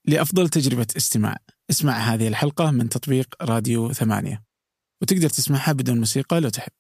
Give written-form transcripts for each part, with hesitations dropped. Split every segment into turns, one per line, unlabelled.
لأفضل تجربة استماع. اسمع هذه الحلقة من تطبيق راديو 8، وتقدر تسمعها بدون موسيقى لو تحب.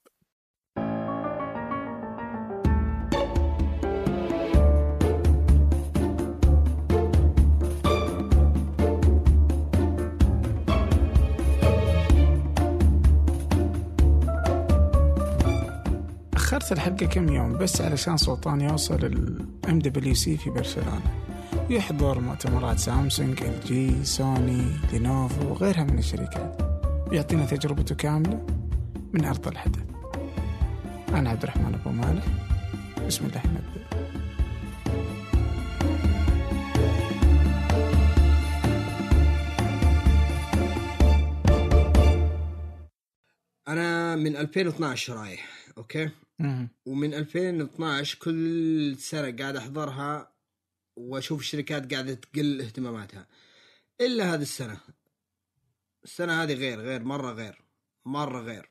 أخرت الحلقة كم يوم بس علشان سلطان يوصل MWC في برشلونة ويحضر مؤتمرات سامسونج، LG، سوني، لينوفو وغيرها من الشركات، ويعطينا تجربته كاملة من أرض الحدث. أنا عبد الرحمن أبو مالك، بسم الله نبدأ.
أنا من 2012 رايح، أوكي؟ ومن 2012 كل سنة قاعد أحضرها وأشوف الشركات قاعدة تقل اهتماماتها، إلا هذه السنة هذه غير مرة غير.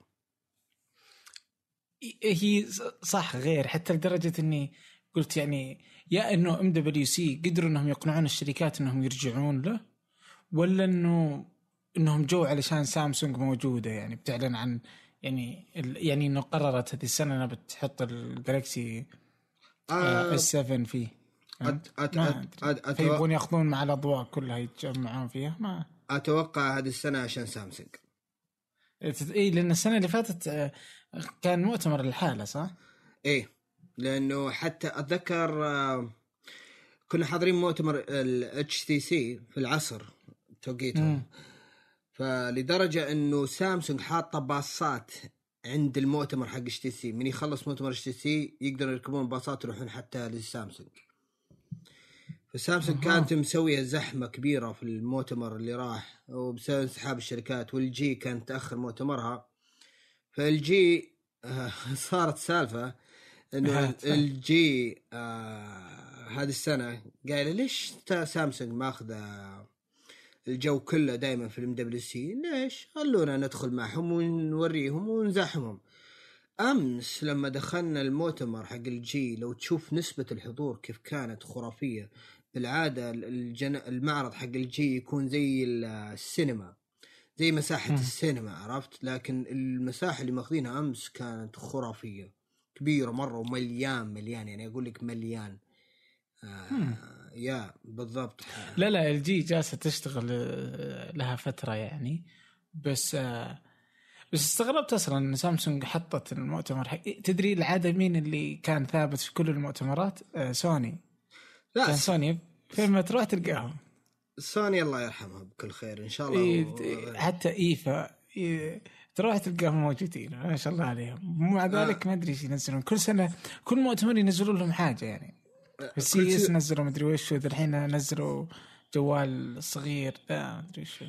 هي صح غير، حتى لدرجة أني قلت يعني يا أنه MWC قدروا أنهم يقنعون الشركات أنهم يرجعون له، ولا أنهم جو علشان سامسونج موجودة، يعني بتعلن عن يعني أنه قررت هذه السنة أنها بتحط الجالكسي S7 فيه. فيبون ياخذون مع الأضواء كلها يتجمعون فيها. ما
أتوقع هذه السنة عشان سامسونج.
إيه، لأن السنة اللي فاتت كان مؤتمر الحالة، صح؟
إيه، لأنه حتى أتذكر كنا حاضرين مؤتمر HTC في العصر توقيتهم، فلدرجة إنه سامسونج حاطة باصات عند المؤتمر حق HTC، من يخلص مؤتمر HTC يقدروا يركبون باصات يروحون حتى للسامسونج. فسامسونج كانت مسوية زحمة كبيرة في المؤتمر اللي راح، وبسبب انسحاب الشركات، والجي كانت تأخر مؤتمرها. فالجي صارت سالفة إنه الجي هذه السنة قايل ليش سامسونج ماخذة الجو كله دائما في MWC، ليش خلونا ندخل معهم ونوريهم ونزاحمهم. أمس لما دخلنا المؤتمر حق الجي، لو تشوف نسبة الحضور كيف كانت خرافية. بالعادة المعرض حق الجي يكون زي السينما، زي مساحة السينما، عرفت؟ لكن المساحة اللي ماخذينها أمس كانت خرافية، كبيرة مرة ومليان يعني أقول لك مليان. يا بالضبط.
لا الجي جالسة تشتغل لها فترة يعني، بس استغربت أصلا أن سامسونج حطت المؤتمر تدري العادة مين اللي كان ثابت في كل المؤتمرات؟ سوني.
لا
كان سوني فيما تروح تلقاهم.
سوني الله يرحمها بكل خير إن شاء الله.
حتى إيفا تروح تلقاهم موجودين ما شاء الله عليهم. ومع ذلك ما أدري إيش ينزلون كل سنة، كل مؤتمر ينزلون لهم حاجة يعني. السي نزلوا مدري وش، الحين نزلوا جوال صغير لا مدري وش.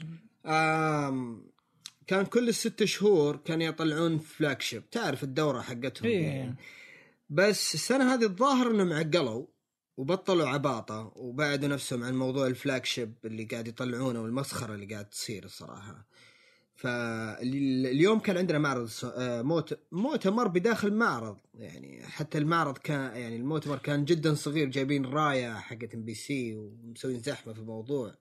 كان كل 6 شهور كان يطلعون فلاج شيب، تعرف الدورة حقتهم
إيه.
بس السنة هذه الظاهر انهم عقلوا وبطلوا عباطة وبعدوا نفسهم عن موضوع الفلاج شيب اللي قاعد يطلعونه والمسخرة اللي قاعد تصير الصراحة. فاليوم كان عندنا معرض مؤتمر بداخل معرض، يعني حتى المعرض كان يعني المؤتمر كان جدا صغير، جايبين راية حقت MBC ومسوين زحمة في الموضوع.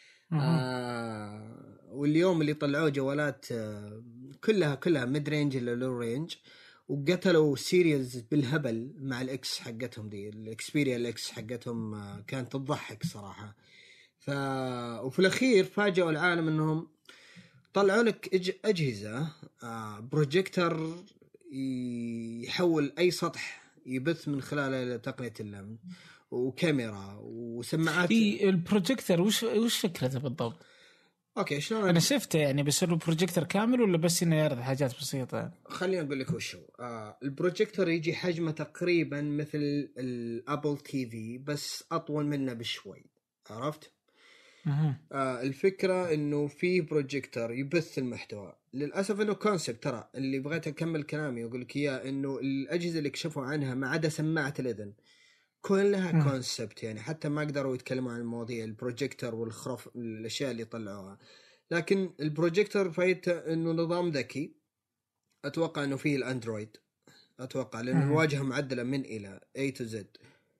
واليوم اللي طلعوا جوالات كلها ميد رينج إلى لو رينج، وقتلوا سيريز بالهبل مع الإكس حقتهم دي، الإكسبيريا الإكس حقتهم كانت تضحك صراحة. وفي الأخير فاجأوا العالم إنهم طلعوا لك أجهزة بروجيكتور يحول أي سطح يبث من خلال تقنية اللمس، وكاميرا وسماعات.
البروجيكتور وش فكرته بالضبط؟
اوكي شلون
انا شفته يعني، بس هو البروجيكتور كامل ولا بس انه يعرض حاجات بسيطه؟
خليني اقول لك وش هو. البروجيكتور يجي حجمه تقريبا مثل الابل تي في بس اطول منه بشوي، عرفت؟ الفكره انه في بروجيكتور يبث المحتوى. للاسف انه كونسبت، ترى اللي بغيت اكمل كلامي واقول لك اياه انه الاجهزه اللي كشفوا عنها ما عدا سماعه الاذن كلها كونسبت، يعني حتى ما قدروا يتكلموا عن المواضيع البروجيكتور والخرف الاشياء اللي طلعوها. لكن البروجيكتور فايته انه نظام ذكي، اتوقع انه فيه الاندرويد، اتوقع لان الواجهه معدله من الى A to Z.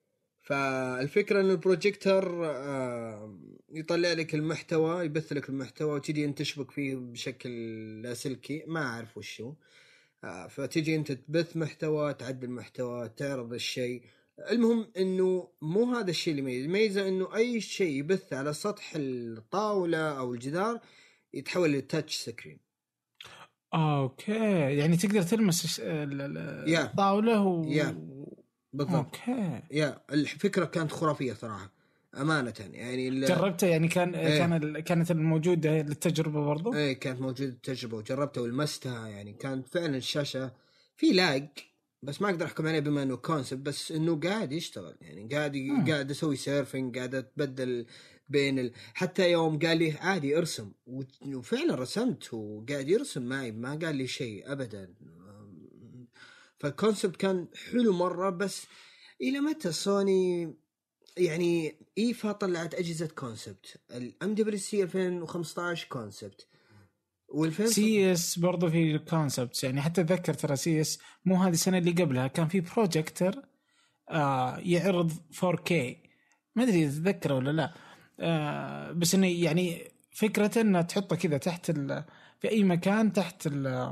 فالفكرة ان البروجيكتور يطلع لك المحتوى، يبث لك المحتوى، وتجي انت تشبك فيه بشكل لاسلكي ما اعرف وشو. فتجي انت تبث محتوى، تعدل محتوى، تعرض الشيء. المهم انه مو هذا الشيء اللي يميزه، انه اي شيء يبث على سطح الطاولة او الجدار يتحول لتاتش سكرين.
اوكي، يعني تقدر تلمس الطاولة
بالضبط.
اوكي.
الفكرة كانت خرافية صراحة أمانة. يعني
جربتها يعني كانت الموجودة للتجربة برضو؟
ايه كانت موجودة التجربة وجربتها ولمستها. يعني كانت فعلا الشاشة في لاج، بس ما اقدر احكم عليه بما انه كونسبت، بس انه قاعد يشتغل. يعني قاعد اسوي سيرفنج، قاعد اتبدل بين حتى يوم قال لي عادي ارسم، وفعلا رسمت وقاعد يرسم معي، ما قال لي شيء ابدا. فالكونسبت كان حلو مرة. بس الى متى سوني يعني ايفا طلعت اجهزه كونسبت؟ الام دبليو سي 2015 كونسبت،
سي اس برضو في كونسبت. يعني حتى اتذكر ترى سي اس مو هذه السنه اللي قبلها كان في بروجيكتور يعرض 4K، ما ادري تتذكره ولا لا. بس انه يعني فكرة انه تحطه كذا تحت في اي مكان تحت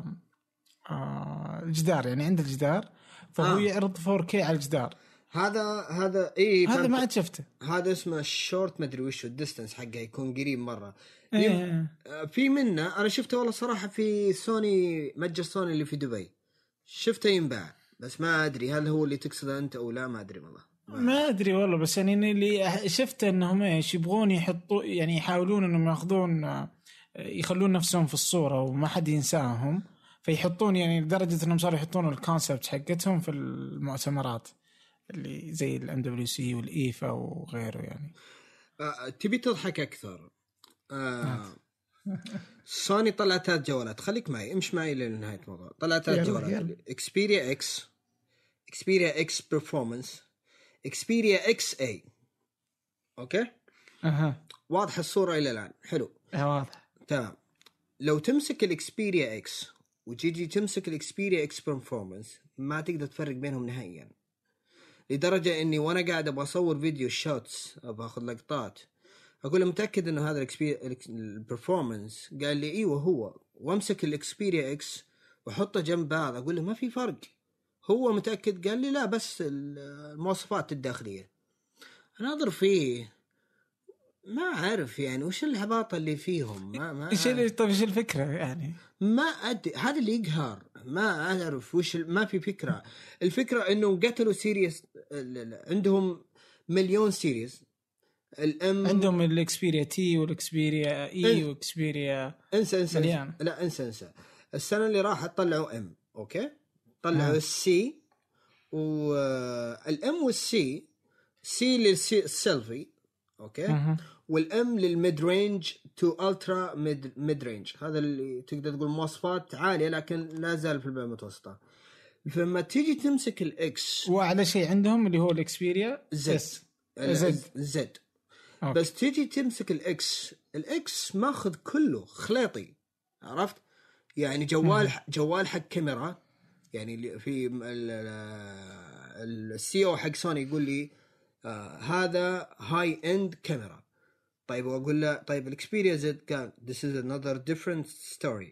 الجدار، يعني عند الجدار، فهو يعرض 4K على الجدار.
هذا
هذا ما عاد شفته.
هذا اسمه الشورت، ما ادري وش الديستنس حقه، يكون قريب مره. في منه انا شفته والله صراحه في سوني، متجر سوني اللي في دبي شفته ينباع، بس ما ادري هل هو اللي تقصده انت او لا، ما ادري والله.
ما ادري والله، بس يعني اللي شفته انهم ايش يبغون يحطوا، يعني يحاولون انهم ياخذون يخلون نفسهم في الصوره وما حد ينساهم، فيحطون يعني لدرجه انهم صاروا يحطون الكونسبت حقتهم في المؤتمرات اللي زي الام دبليو سي والايفا وغيره. يعني
تبي تضحك اكثر؟ سوني طلعت 3 جوالات، خليك معي، امش معي لنهايه الموضوع. طلعت 3 جوالات: اكسبيريا اكس، اكسبيريا اكس برفورمانس، اكسبيريا اكس اي. اوكي واضح الصوره الى الان؟ حلو
واضح
تمام. لو تمسك الاكسبيريا اكس وتجي تمسك الاكسبيريا اكس برفورمانس، ما تقدر تفرق بينهم نهائيا، لدرجه اني وانا قاعد ابغى اصور فيديو شوتس، ابغى اخذ لقطات، اقول له متاكد انه هذا البرفورمانس؟ قال لي ايوه هو. وامسك الاكسبيريا اكس واحطه جنب بعض، اقول له ما في فرق، هو متاكد؟ قال لي لا، بس المواصفات الداخليه. انا اضرب فيه، ما اعرف يعني وش العباطه اللي فيهم. ما
ايش طيب ايش الفكره يعني؟
ما أدري، هذا اللي يقهر. ما اعرف وش ما في فكره. الفكره انه قتلوا سيريس، عندهم مليون سيريز.
عندهم الاكسبيريا تي والاكسبيريا اي واكسبيريا
انسى لا انسى. السنه اللي راحت طلعوا ام، اوكي، طلعوا السي والام والسي. سي للسيلفي، اوكي، والام للميد رينج تو الترا ميد رينج. هذا اللي تقدر تقول مواصفات عاليه لكن لا زال في البيئه المتوسطه. فلما تيجي تمسك الاكس،
واعلى شيء عندهم اللي هو الاكسبيريا
زد. بس تيجي تمسك الاكس ماخذ كله خليطي، عرفت؟ يعني جوال حق كاميرا. يعني في السي او حق سوني يقول لي هذا هاي اند كاميرا. طيب واقول له طيب الاكسبيريا زد، قال this is another different story.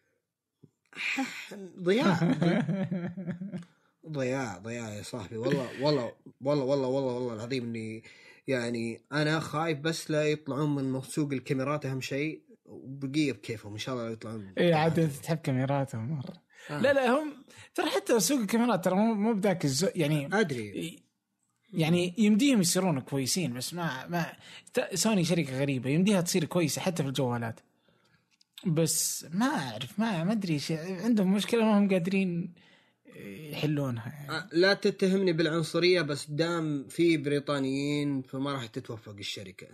ضياع يا صاحبي. والله العظيم اني يعني انا خايف بس لا يطلعون من سوق الكاميرات اهم شيء، وبقيه بكيفهم ان شاء الله يطلعون.
اي عاد تحب كاميراتهم مره. لا هم ترى حتى سوق الكاميرات ترى مو بذاك يعني
ادري،
يعني يمديهم يصيرون كويسين، بس ما سوني شركه غريبه يمديها تصير كويسه حتى في الجوالات، بس ما اعرف ما ادري عندهم مشكله ما هم قادرين يحلونها يعني.
لا تتهمني بالعنصريه، بس دام في بريطانيين فما راح تتوفق الشركه.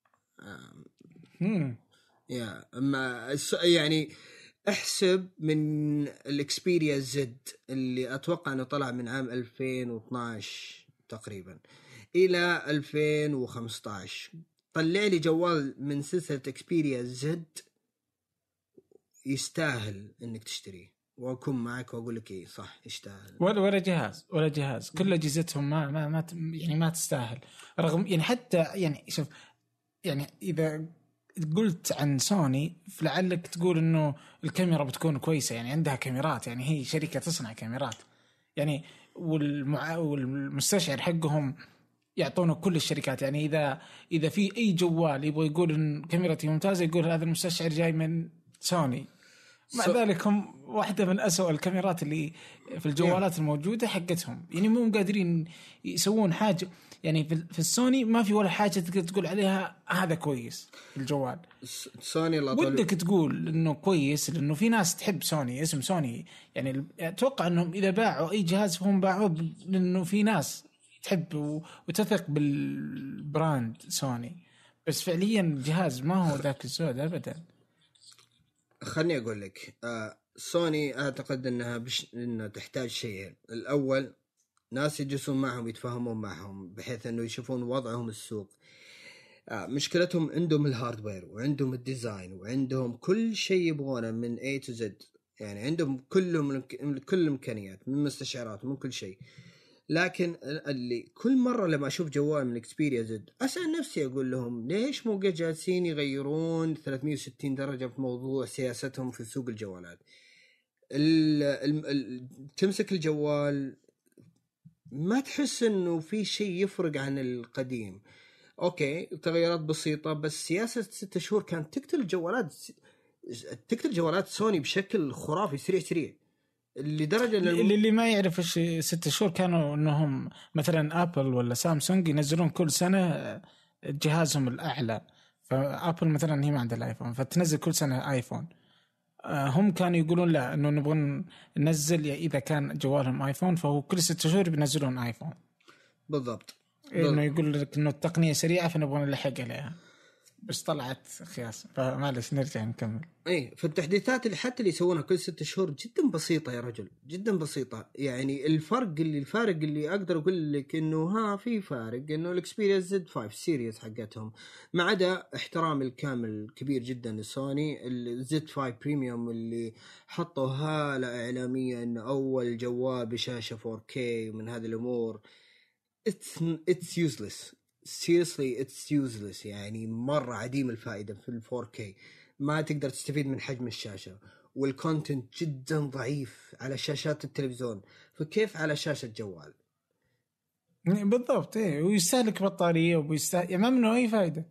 يا اما يعني احسب من الاكسبيريا زد اللي اتوقع انه طلع من عام 2012 تقريبا الى 2015، طلع لي جوال من سلسله اكسبيريا زد يستاهل انك تشتريه. واكون معك واقول لك ايه صح يستاهل.
ولا جهاز كل اجهزتهم ما يعني ما تستاهل. رغم يعني حتى يعني شوف، يعني اذا قلت عن سوني فلعلك تقول انه الكاميرا بتكون كويسه، يعني عندها كاميرات، يعني هي شركه تصنع كاميرات يعني، والمستشعر حقهم يعطونه كل الشركات. يعني اذا في اي جوال يبغى يقول ان كاميرتي ممتازه يقول هذا المستشعر جاي من سوني. مع ذلك هم واحدة من أسوأ الكاميرات اللي في الجوالات الموجودة حقتهم، يعني مو قادرين يسوون حاجة. يعني في السوني ما في ولا حاجة تقدر تقول عليها هذا كويس في الجوال.
سوني
ودك تقول إنه كويس لأنه في ناس تحب سوني، اسم سوني، يعني أتوقع إنهم إذا باعوا أي جهاز فهم باعوه لأنه في ناس تحب وتثق بالبراند سوني، بس فعليا جهاز ما هو ذاك الزود أبدا.
خلني أقول لك سوني أعتقد أنها إنها تحتاج شيئين. الأول ناس يجلسون معهم يتفاهمون معهم بحيث أنه يشوفون وضعهم السوق. مشكلتهم عندهم الهاردوير وعندهم الديزاين وعندهم كل شيء يبغونه من A to Z، يعني عندهم كل الإمكانيات من مستشعرات من كل شيء. لكن اللي كل مرة لما أشوف جوال من إكسبيريا زد أسأل نفسي أقول لهم ليش مو جالسين يغيرون 360 درجة في موضوع سياستهم في سوق الجوالات. تمسك الجوال ما تحس إنه في شيء يفرق عن القديم. أوكي تغيرات بسيطة، بس سياسة 6 شهور كانت تقتل جوالات سوني بشكل خرافي سريع لدرجة
اللي ما يعرف ايش 6 شهور كانوا انهم مثلا ابل ولا سامسونج ينزلون كل سنة جهازهم الاعلى. فابل مثلا هي ما عندها الايفون فتنزل كل سنة ايفون، هم كانوا يقولون لا انه نبغى ننزل اذا كان جوالهم ايفون فهو كل 6 شهور بينزلون ايفون.
بالضبط.
انه يقول لك انه التقنية سريعة فنبغى نلحق عليها، بس طلعت خياس. فمعلش نرجع نكمل.
ايه فالتحديثات اللي حتى اللي يسوونها كل 6 شهور جدا بسيطة يا رجل، جدا بسيطة. يعني الفارق اللي اقدر اقول لك انه في فارق انه الاكسبيرينس زد 5 سيريس حقتهم، ما عدا احترام الكامل كبير جدا لسوني الزد 5 بريميوم اللي حطوا هالة اعلامية انه اول جوال بشاشة 4K ومن هذه الامور. it's useless seriously it's useless. يعني مرة عديم الفائدة في ال 4K، ما تقدر تستفيد من حجم الشاشة، والكونتنت جدا ضعيف على شاشات التلفزيون، فكيف على شاشة جوال؟
بالضبط ايه، ويستهلك بطارية ويستهلك يعني ما منه اي فائدة.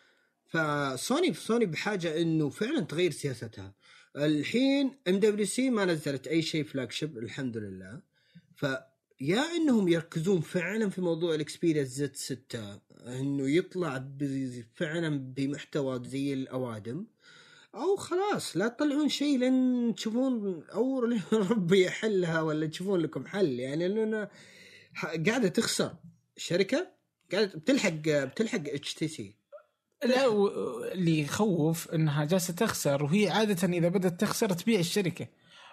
فسوني بحاجة انه فعلا تغير سياستها. الحين MWC ما نزلت اي شيء فلاجشيب الحمد لله، يا انهم يركزون فعلا في موضوع الاكسبيريا زد 6 انه يطلع فعلا بمحتوى زي الاوادم، او خلاص لا تطلعون شيء لين تشوفون او ربي يحلها ولا تشوفون لكم حل. يعني لاننا قاعده تخسر الشركه، قاعده بتلحق HTC.
لا اللي يخوف انها جالسه تخسر، وهي عاده اذا بدات تخسر تبيع الشركه.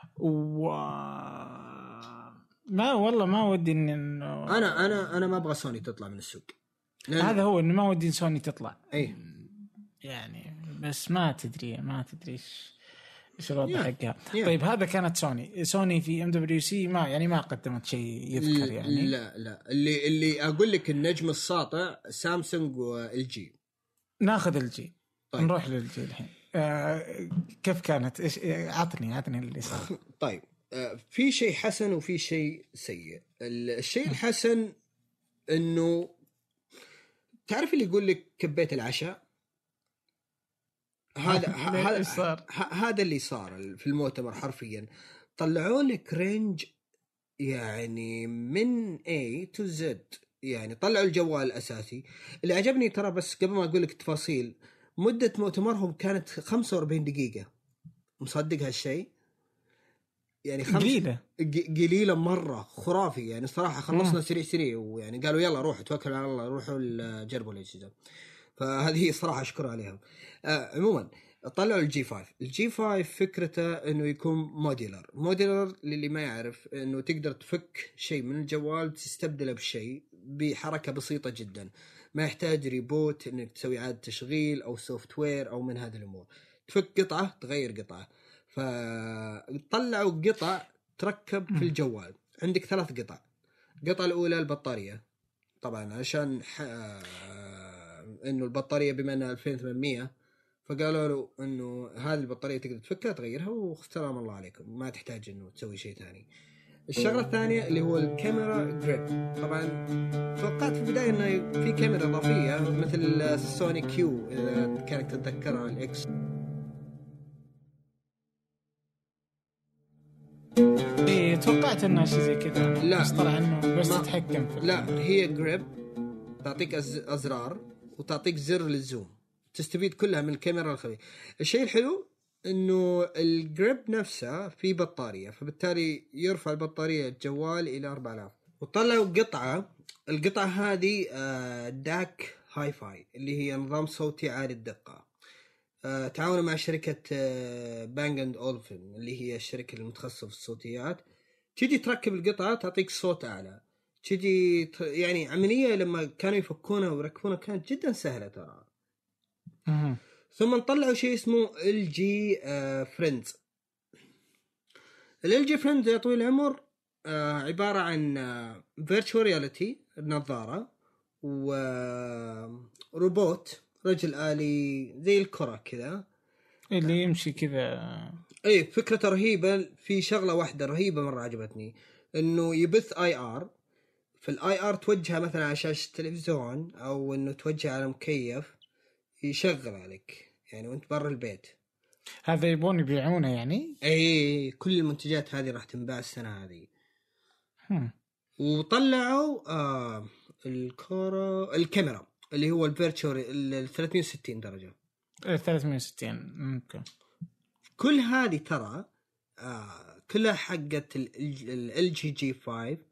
ما والله ما ودي انه
انا ما ابغى سوني تطلع من السوق.
هذا هو انه ما ودي سوني تطلع
اي
يعني، بس ما تدري ايش الوضع حقها. طيب هذا كانت سوني في MWC ما قدمت شيء يذكر يعني.
لا اللي اقول لك النجم الساطع سامسونج والجي.
ناخذ الجي. طيب. نروح للجي الحين. كيف كانت؟ ايش عطني اللي صار.
طيب في شيء حسن وفي شيء سيء. الشيء الحسن انه تعرف اللي يقول لك كبيت العشاء، هذا اللي صار في المؤتمر. حرفيا طلعوا لك رينج يعني من A to Z، يعني طلعوا الجوال الأساسي. اللي عجبني ترى بس قبل ما أقول لك تفاصيل، مدة مؤتمرهم كانت 45 دقيقة. مصدق هالشيء؟ يعني قليلة مرة خرافي. يعني صراحة خلصنا سريع ويعني قالوا يلا روح توكل على الله روحوا جربوا الأجهزة. فهذه صراحة أشكر عليهم. عموما طلعوا الجي 5 فكرته انه يكون موديلر للي ما يعرف انه تقدر تفك شيء من الجوال تستبدله بشيء بحركة بسيطة جدا، ما يحتاج ريبوت انك تسوي اعادة تشغيل او سوفت وير او من هذه الامور. تفك قطعة تغير قطعة. فطلعوا قطع تركب في الجوال. عندك 3 قطع. القطعة الأولى البطارية، طبعا عشان إنه البطارية بما أنها 2800 فقالوا له إنه هذه البطارية تقدر تفكها تغيرها والسلام الله عليكم، ما تحتاج إنه تسوي شيء ثاني. الشغلة الثانية اللي هو الكاميرا جريب. طبعا توقعت في البداية إنه في كاميرا إضافية مثل السوني كيو إذا كانت تتذكرها الإكس.
إيه توقعت إنه شيء زي كذا.
لا
بس طلع إنه بس تتحكم في
لا هي جريب تعطيك أزرار وتعطيك زر للزوم، تستفيد كلها من الكاميرا الخلفية. الشيء الحلو إنه الجريب نفسها في بطارية، فبالتالي يرفع البطارية الجوال إلى 4000. وطلعوا القطعة هذه داك هاي فاي اللي هي نظام صوتي عالي الدقة. تعاونوا مع شركة بانج اند اولفن اللي هي الشركة المتخصصة في الصوتيات. تيجي تركب القطعة تعطيك صوت أعلى. تيجي يعني عملية لما كانوا يفكونها ويركبونها كانت جدا سهلة ترى. ثم طلعوا شيء اسمه LG فريندز. LG فريندز يا طويل العمر عبارة عن فيرتشوال رياليتي النظارة وروبوت رجل آلي زي الكرة كذا
اللي يمشي كذا.
اي فكرة رهيبة. في شغلة واحدة رهيبة مرة عجبتني انه يبث IR. في الIR توجهها مثلا على شاشة التلفزيون او انه توجه على مكيف يشغل عليك يعني وانت برا البيت.
هذا يبون يبيعونه يعني؟
اي كل المنتجات هذه راح تنباع السنة هذه. وطلعوا الكاميرا اللي هو الفيرتشوال 360 درجة.
360 ممكن.
كل هذه ترى كلها حقت LG G5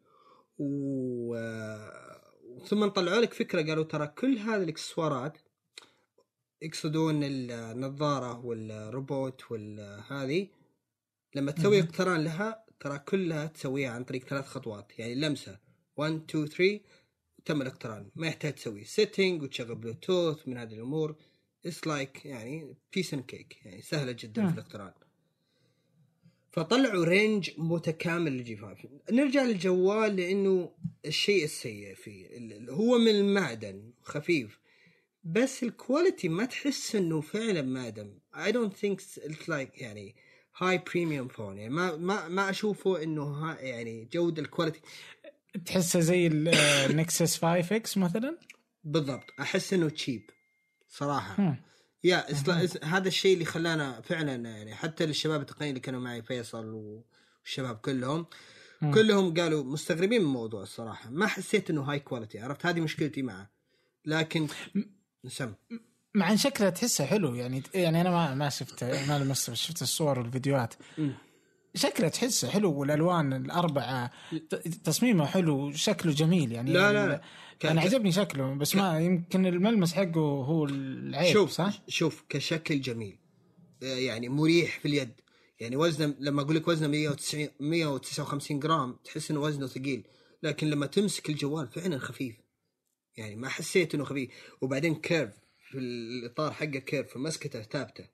ثم طلعوا لك فكرة قالوا ترى كل هذه الاكسسوارات يقصدون النظارة والروبوت والهذه لما تسوي اقتران لها ترى كلها تسويها عن طريق 3 خطوات. يعني لمسة 1 2 3 تم الاقتران، ما يحتاج تسوي سيتنج وتشغل بلوتوث من هذه الأمور. It's like يعني piece and cake يعني سهلة جدا في الاقتران. فطلعوا رينج متكامل للجي 5. نرجع للجوال لأنه الشيء السيء فيه هو من المعدن خفيف بس الكواليتي ما تحس إنه فعلا معدن. I don't think it's like يعني high premium phone يعني ما أشوفه إنه يعني جودة الكواليتي
تحسه زي النكسس 5X مثلا.
بالضبط أحس إنه تشيب صراحة. هذا الشيء اللي خلانا فعلا يعني حتى للشباب التقنيين اللي كانوا معي فيصل والشباب كلهم قالوا مستغربين من الموضوع الصراحة. ما حسيت إنه هاي كواليتي، عرفت هذه مشكلتي معه. لكن نسم
مع ان شكله تحسه حلو يعني انا ما شفته ما لمسته، شفت الصور والفيديوهات. شكله تحسه حلو والالوان الاربعه تصميمه حلو شكله جميل يعني.
لا
انا عجبني شكله بس ما يمكن الملمس حقه هو العيب.
شوف كشكل جميل يعني مريح في اليد. يعني وزنه لما اقول لك وزنه 159 جرام تحس انه وزنه ثقيل، لكن لما تمسك الجوال فعلا خفيف يعني ما حسيت انه خفيف. وبعدين كيرف في الاطار حقه كيرف فمسكته ثابته.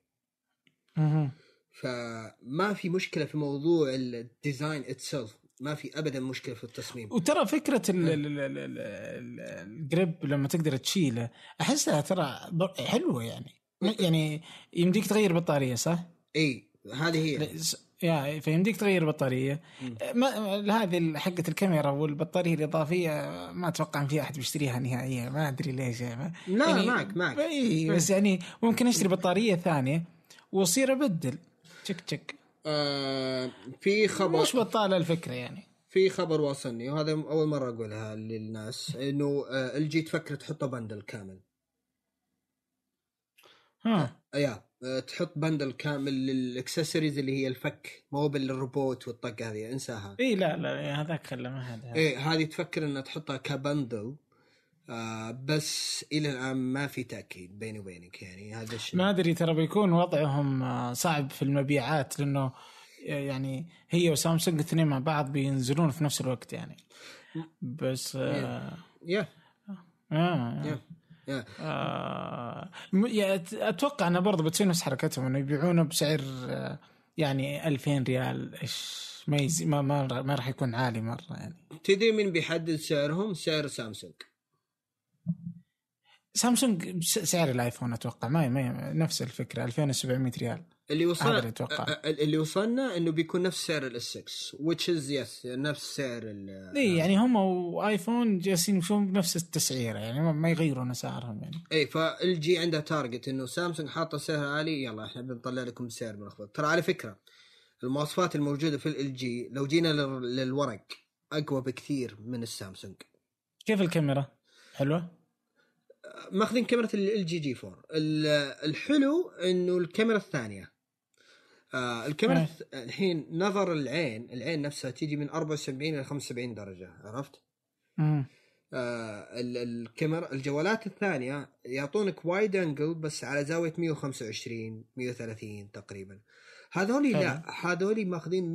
فما في مشكله في موضوع الديزاين اتسلف، ما في ابدا مشكله في التصميم.
وترى فكره الجريب لما تقدر تشيله احسها ترى حلوه يعني يمديك تغير بطاريه صح.
اي هذه هي
يعني فيمديك تغير بطاريه. هذه حقه الكاميرا والبطاريه الاضافيه ما اتوقع ان في احد بيشتريها نهائيا، ما ادري ليش
لا
يعني
معك
بس يعني ممكن اشتري بطاريه ثانيه واصير ابدل تشك
في خبر
مش بطاله الفكره يعني.
في خبر واصلني وهذا اول مره اقولها للناس انه LG تفكر تحطه بندل كامل. تحط بندل كامل للاكسسوارز اللي هي الفك مو بالروبوت والطق هذه انساها.
لا هذاك خلى ما هذا
هذه تفكر انها تحطها كبندل. بس الى الان ما في تاكيد بيني وبينك يعني هذا الشيء
ما ادري ترى بيكون وضعهم صعب في المبيعات لانه يعني هي وسامسونج الاثنين مع بعض بينزلون في نفس الوقت يعني. بس اتوقع انه برضه بتصير نفس حركتهم انه يبيعونه بسعر يعني 2000 ريال إيش ما راح يكون عالي مرة يعني.
تدري من بيحدد سعرهم؟ سعر
سامسونج سعر الايفون اتوقع ما نفس الفكره 2700 ريال
اللي وصلنا
اللي اتوقع
اللي وصلنا انه بيكون نفس سعر الاس 6 which is yes نفس سعر
يعني هم وايفون جالسين يمشون بنفس التسعيره يعني ما يغيرون اسعارهم يعني.
اي فال جي عنده تارجت انه سامسونج حاطه سعر عالي يلا احنا بنطلع لكم سعر منخفض. ترى على فكره المواصفات الموجوده في ال جي لو جينا للورق اقوى بكثير من السامسونج.
كيف الكاميرا حلوه؟
ماخذين كاميرا ال جي جي 4. الحلو انه الكاميرا الثانيه الكاميرا الحين نظر العين نفسها تيجي من 74 الى 75 درجه عرفت. الكاميرا الجوالات الثانيه يعطونك وايد انجل بس على زاويه 125 130 تقريبا. هذولي ماخذين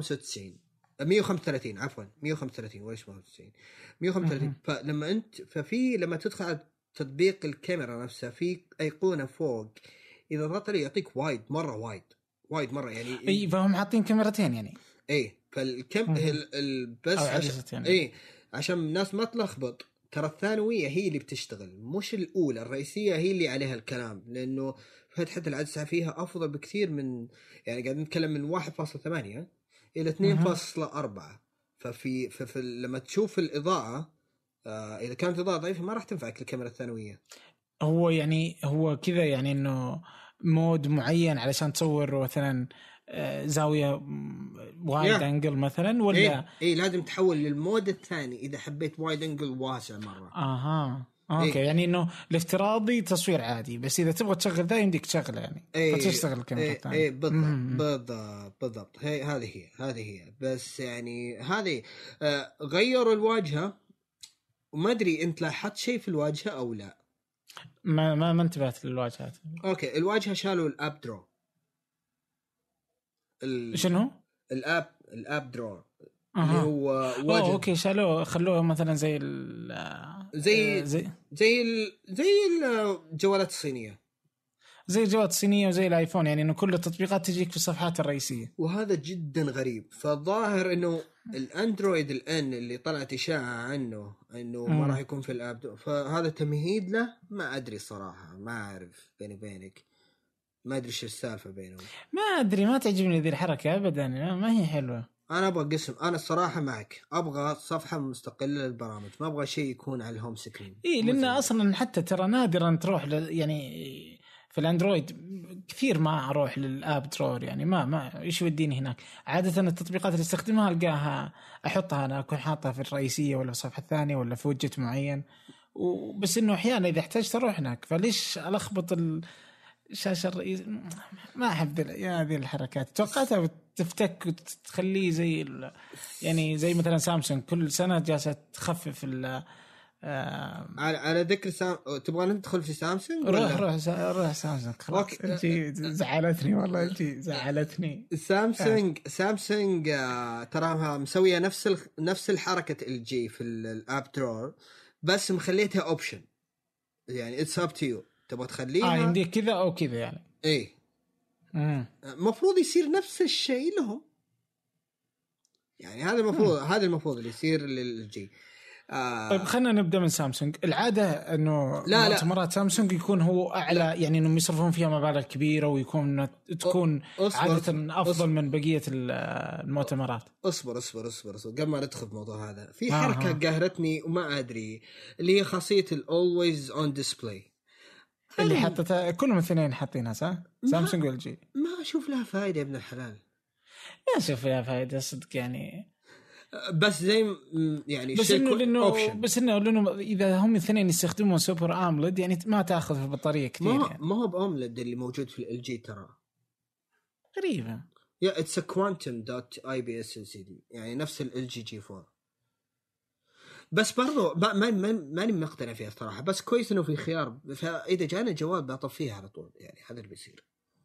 135 عفوا 135 وليش 135 لما تدخل على تطبيق الكاميرا نفسها في ايقونه فوق اذا ضغطت عليه يعطيك وايد مره يعني.
اي فهم حاطين كاميرتين يعني.
اي بس عشان الناس ما تلخبط ترى الثانويه هي اللي بتشتغل مش الاولى. الرئيسيه هي اللي عليها الكلام لانه فتحه العدسه فيها افضل بكثير من يعني قاعد نتكلم من 1.8 الى 2.4. ففي لما تشوف الاضاءه اذا كانت اضاءه ضعيفه ما راح تنفعك الكاميرا الثانويه.
هو كذا يعني انه مود معين علشان تصور مثلا زاويه وايد انجل مثلا ولا
اي لازم تحول للمود الثاني اذا حبيت وايد انجل واسع مره.
اوكي يعني انه الافتراضي تصوير عادي بس اذا تبغى تشغل ذا يمديك تشغله يعني فتشتغل الكاميرا الثانيه.
بالضبط هذه هي بس يعني هذه غيروا الواجهه وما ادري انت لاحظت شيء في الواجهه او لا.
ما انتبهت للواجهات.
اوكي الواجهه شالوا الاب درو.
شنو
الاب درو اللي هو واجهه
اوكي شالوه خلوه مثلا زي
الجوالات الصينيه
زي الجوالات الصينيه وزي الايفون يعني انه كل التطبيقات تجيك في الصفحات الرئيسيه
وهذا جدا غريب. فالظاهر انه الاندرويد الان اللي طلعت اشاعه عنه انه ما راح يكون في الاب فهذا تمهيد له. ما ادري صراحه ما اعرف بيني وبينك ما ادري ايش السالفه بينهم.
ما ادري ما تعجبني ذي الحركه ابدا ما هي حلوه.
انا ابغى قسم انا الصراحه معك ابغى صفحه مستقله للبرامج ما ابغى شيء يكون على الهوم سكرين.
لان اصلا حتى ترى نادرا تروح يعني في الاندرويد كثير ما اروح للاب درور يعني ما ايش وديني هناك. عاده التطبيقات اللي استخدمها القاها احطها انا اكون حاطها في الرئيسيه ولا الصفحه الثانيه ولا في وجهه معين وبس انه احيانا اذا احتجت اروح هناك فليش الخبط الشاشه الرئيس. ما احب هذه الحركات. توقعتها بتفتك وتخليه يعني زي مثلا سامسونج كل سنه جالسه تخفف
على ذكر تبغى ندخل في سامسونج
روح سامسونج خلاص. زعلتني والله زعلتني.
سامسونج تراها مسويه نفس الحركه ال جي في الاب درور بس مخليتها اوبشن يعني اتس اب تو يو تبغى تخليها
يمديك كذا او كذا يعني.
ايه المفروض يصير نفس الشيء لهم يعني هذا المفروض اللي يصير للجي.
طيب خلينا نبدأ من سامسونج. العادة انه مؤتمرات سامسونج يكون هو اعلى يعني انهم يصرفون فيها مبالغ كبيرة ويكون تكون عادة افضل من بقية المؤتمرات.
اصبر قبل ما ندخل في الموضوع هذا في حركة قهرتني وما ادري اللي هي خاصية الالويز اون ديسبلاي
اللي حطتها كلهم اثنين حاطينها صح سامسونج والجي.
ما اشوف لها فائدة يا ابن الحلال.
ما اشوف لها فائدة صدق يعني
بس زي يعني
بس انه لانه اذا هم الاثنين يستخدمون سوبر اموليد يعني ما تاخذ في البطاريه كثير يعني.
ما هو باموليد اللي موجود في ال جي ترى
غريبه
يا اتس كوانتم دوت اي بي اس ال سي دي يعني نفس ال جي جي 4 بس برضو ماني مقتنع فيها الصراحه. بس كويس انه في خيار فاذا جانا جواب بطفيه على طول يعني هذا اللي بيصير.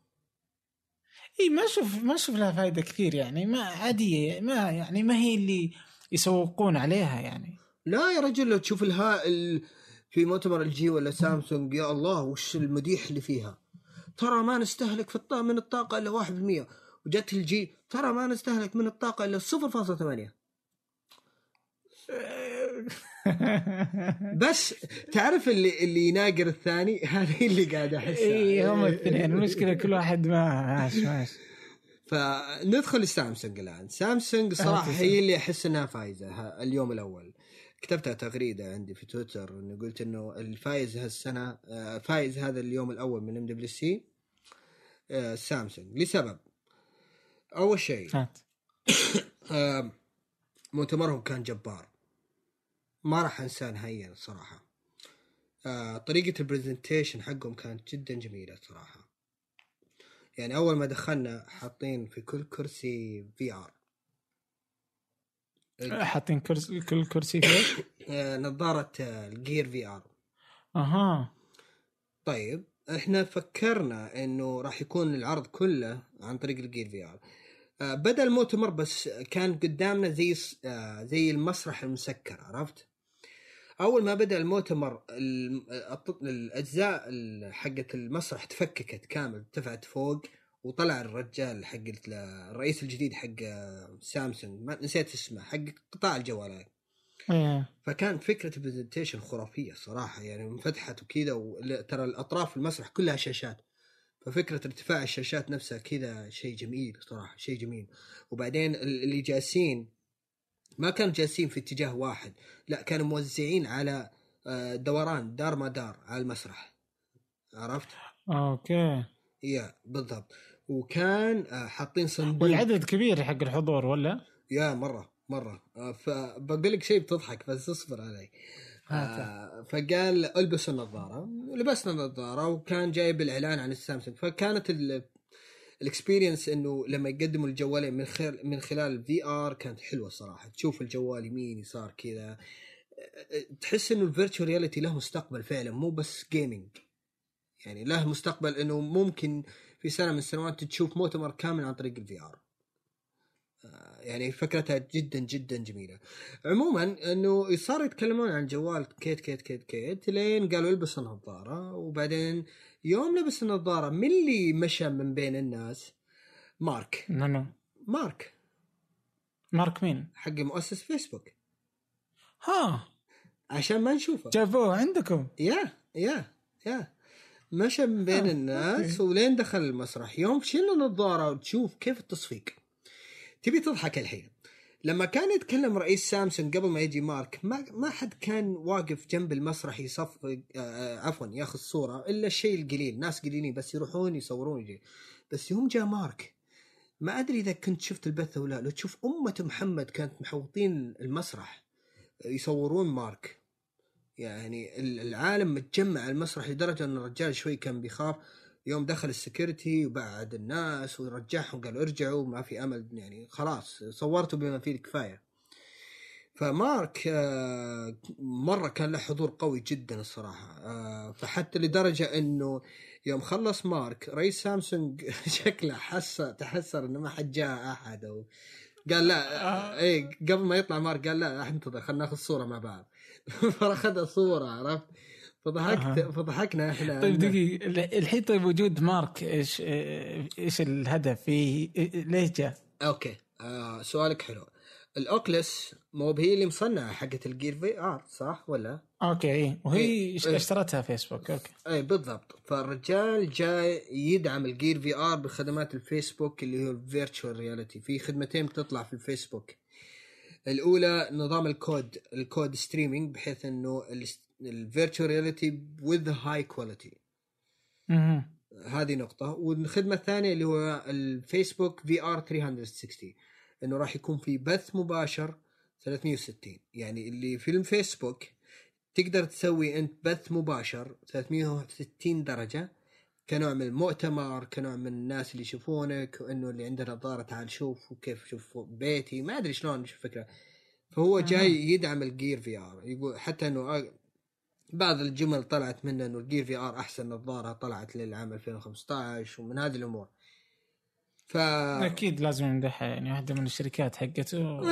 ما اشوف لها فائده كثير يعني ما عاديه ما هي اللي يسوقون عليها يعني.
لا يا رجل لو تشوف في مؤتمر الجي ولا سامسونج يا الله وش المديح اللي فيها. ترى ما نستهلك من الطاقه الا 1% وجت الجي ترى ما نستهلك من الطاقة إلا 0.8. بس تعرف اللي يناقر الثاني هذه اللي قاعد أحسها.
إيه هم الاثنين المشكلة كل واحد ماشي.
فندخل سامسونج الآن. سامسونج صراحة هي اللي أحس أنها فايزة اليوم الأول. كتبتها تغريدة عندي في تويتر إنه قلت إنه الفايز هالسنة فايز هذا اليوم الأول من MWC سامسونج لسبب. أول شيء مؤتمرهم كان جبار ما راح أنساه نهائيا الصراحة. طريقة البرزنتيشن حقهم كانت جدا جميلة صراحة. يعني أول ما دخلنا حاطين في كل كرسي VR.
حاطين كل كرسي فيه
نظارة الجير VR.
أها.
طيب احنا فكرنا انه راح يكون العرض كله عن طريق الجير VR. بدأ المؤتمر بس كان قدامنا زي المسرح المسكر. عرفت اول ما بدأ المؤتمر الاجزاء حقة المسرح تفككت كامل ارتفعت فوق وطلع الرجال حق الرئيس الجديد حق سامسونج ما نسيت اسمه حق قطاع الجوالات. فكان فكرة البرزنتيشن خرافية صراحة يعني انفتحت وكذا وترى الأطراف المسرح كلها شاشات. ففكرة ارتفاع الشاشات نفسها كذا شيء جميل صراحة شيء جميل. وبعدين اللي جالسين ما كانوا جالسين في اتجاه واحد لا كانوا موزعين على دوران دار ما دار على المسرح. عرفت؟
اوكي
يا بالضبط. وكان حاطين صندوق.
والعدد كبير حق الحضور ولا؟
يا مرة فبقول لك شيء بتضحك بس اصبر علي. فقال البس النظارة ولبسنا النظارة وكان جايب الإعلان عن السامسونج. فكانت الاكسبيرينس انه لما يقدموا الجوالين من خلال VR كانت حلوة صراحة. تشوف الجوال يمين يسار كذا تحس انه الفيرتشوال رياليتي له مستقبل فعلا مو بس جيمينج. يعني له مستقبل انه ممكن في سنة من السنوات تشوف مؤتمر كامل عن طريق VR. يعني فكرتها جدا جدا جميلة. عموما انه صاروا يتكلمون عن جوال كيت لين قالوا البس النظارة. وبعدين يوم لبس النظارة من اللي مشى من بين الناس مارك. مارك
مين؟
حق مؤسس فيسبوك. عشان ما نشوفه
جابوه عندكم.
يا مشى من بين الناس ولين دخل المسرح. يوم شيل النظارة وتشوف كيف التصفيق تبي تضحك. الحين لما كان يتكلم رئيس سامسونج قبل ما يجي مارك ما حد كان واقف جنب المسرح يصفق ياخذ صورة إلا الشيء القليل. ناس قليلين بس يروحون يصورون يجي. بس يوم جاء مارك ما أدري إذا كنت شفت البث ولا لو تشوف أمة محمد كانت محوطين المسرح يصورون مارك. يعني العالم متجمع على المسرح لدرجة أن الرجال شوي كان بيخاف يوم دخل السكيورتي وبعد الناس ورجعهم قالوا ارجعوا ما في أمل يعني خلاص صورتوا بما فيه الكفاية. فمارك مرة كان له حضور قوي جدا الصراحة. فحتى لدرجة أنه يوم خلص مارك رئيس سامسونج شكله تحسر أنه ما حد جاء أحد قال لا إيه قبل ما يطلع مارك قال لا انتظر خلنا ناخذ صورة مع بعض. فأخذ صورة عرفت. فضحكنا احنا.
طيب دقيقة الحين طيب وجود مارك ايش الهدف فيه ليه جاء؟
اوكي سؤالك حلو. الاوكلس مو هي اللي مصنعه حقة الجير VR صح ولا؟
اوكي وهي اشترتها فيسبوك. اوكي
اي بالضبط. فالرجال جاي يدعم الجير VR بخدمات الفيسبوك اللي هو الفيرتشوال رياليتي. في خدمتين بتطلع في الفيسبوك. الاولى نظام الكود ستريمينج بحيث انه الفيرتشوال رياليتي with high quality. هذه نقطة. والخدمة الثانية اللي هو الفيسبوك VR 360 انه راح يكون في بث مباشر 360. يعني اللي في الفيسبوك تقدر تسوي انت بث مباشر 360 درجة كنوع من المؤتمر كنوع من الناس اللي يشوفونك وانه اللي عنده نظارة تعال شوف وكيف شوف بيتي ما ادري شلون شوف فكرة. فهو جاي يدعم الجير VR. يقول حتى انه بعض الجمل طلعت منه انه الجير VR احسن نظارة طلعت للعام 2015 ومن هذه الامور.
اكيد لازم نمدحها يعني واحدة من الشركات حقته.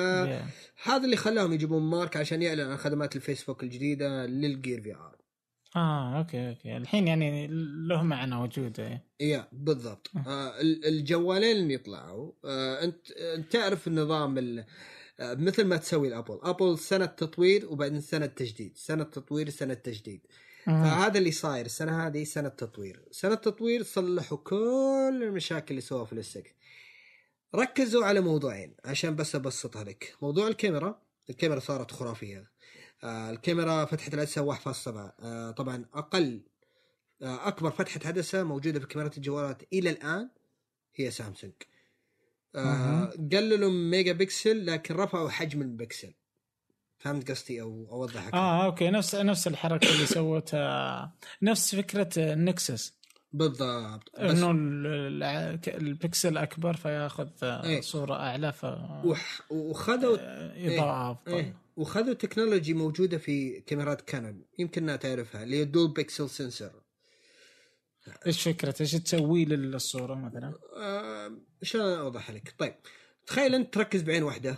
هذا اللي خلاهم يجيبون مارك عشان يعلن عن خدمات الفيسبوك الجديدة للجير VR.
اوكي الحين يعني له معنى وجوده.
يا بالضبط. الجوالين اللي يطلعوا انت تعرف النظام مثل ما تسوي الابل سنه تطوير وبعدين سنه تجديد، سنه تطوير سنه تجديد. فهذا اللي صاير السنه هذه سنه تطوير. سنه تطوير صلحوا كل المشاكل اللي سووها في السك. ركزوا على موضوعين عشان بس ابسطها لك. موضوع الكاميرا صارت خرافيه. الكاميرا فتحه العدسه 1.7 طبعا اكبر فتحه عدسه موجوده في كاميرات الجوالات الى الان هي سامسونج. قللوا ميجا بكسل لكن رفعوا حجم البكسل. فهمت قصدي او اوضح اكثر؟
اوكي نفس الحركه اللي سوتها، نفس فكره النكسس
بالضبط،
انه البكسل اكبر فياخذ صوره اعلى
وخذوا
اضاءه افضل.
وخذوا تكنولوجي موجوده في كاميرات كانون يمكننا تعرفها اللي هي دول بيكسل سنسور.
ايش فكرة ايش تسوي للصورة مثلا؟
شلون اوضح لك؟ طيب تخيل انت تركز بعين واحدة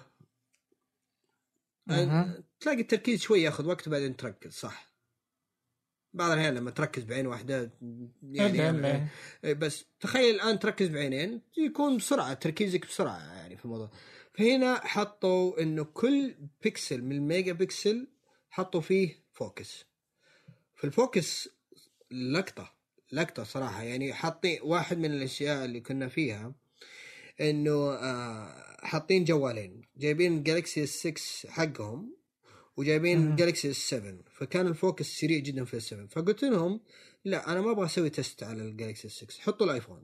تلاقي التركيز شوي ياخذ وقت بعدين تركز صح. بعض الأحيان لما تركز بعين واحدة يعني بس تخيل الآن تركز بعينين يكون بسرعة تركيزك بسرعة يعني في الموضوع. فهنا حطوا إنه كل بيكسل من الميجا بيكسل حطوا فيه فوكس. في الفوكس لقطة صراحة يعني. حاطين واحد من الأشياء اللي كنا فيها إنه حاطين جوالين جايبين جالكسي 6 حقهم وجايبين جالكسي 7 فكان الفوكس سريع جدا في 7. فقلت لهم لا أنا ما أبغى أسوي تست على الجالكسي 6 حطوا الآيفون.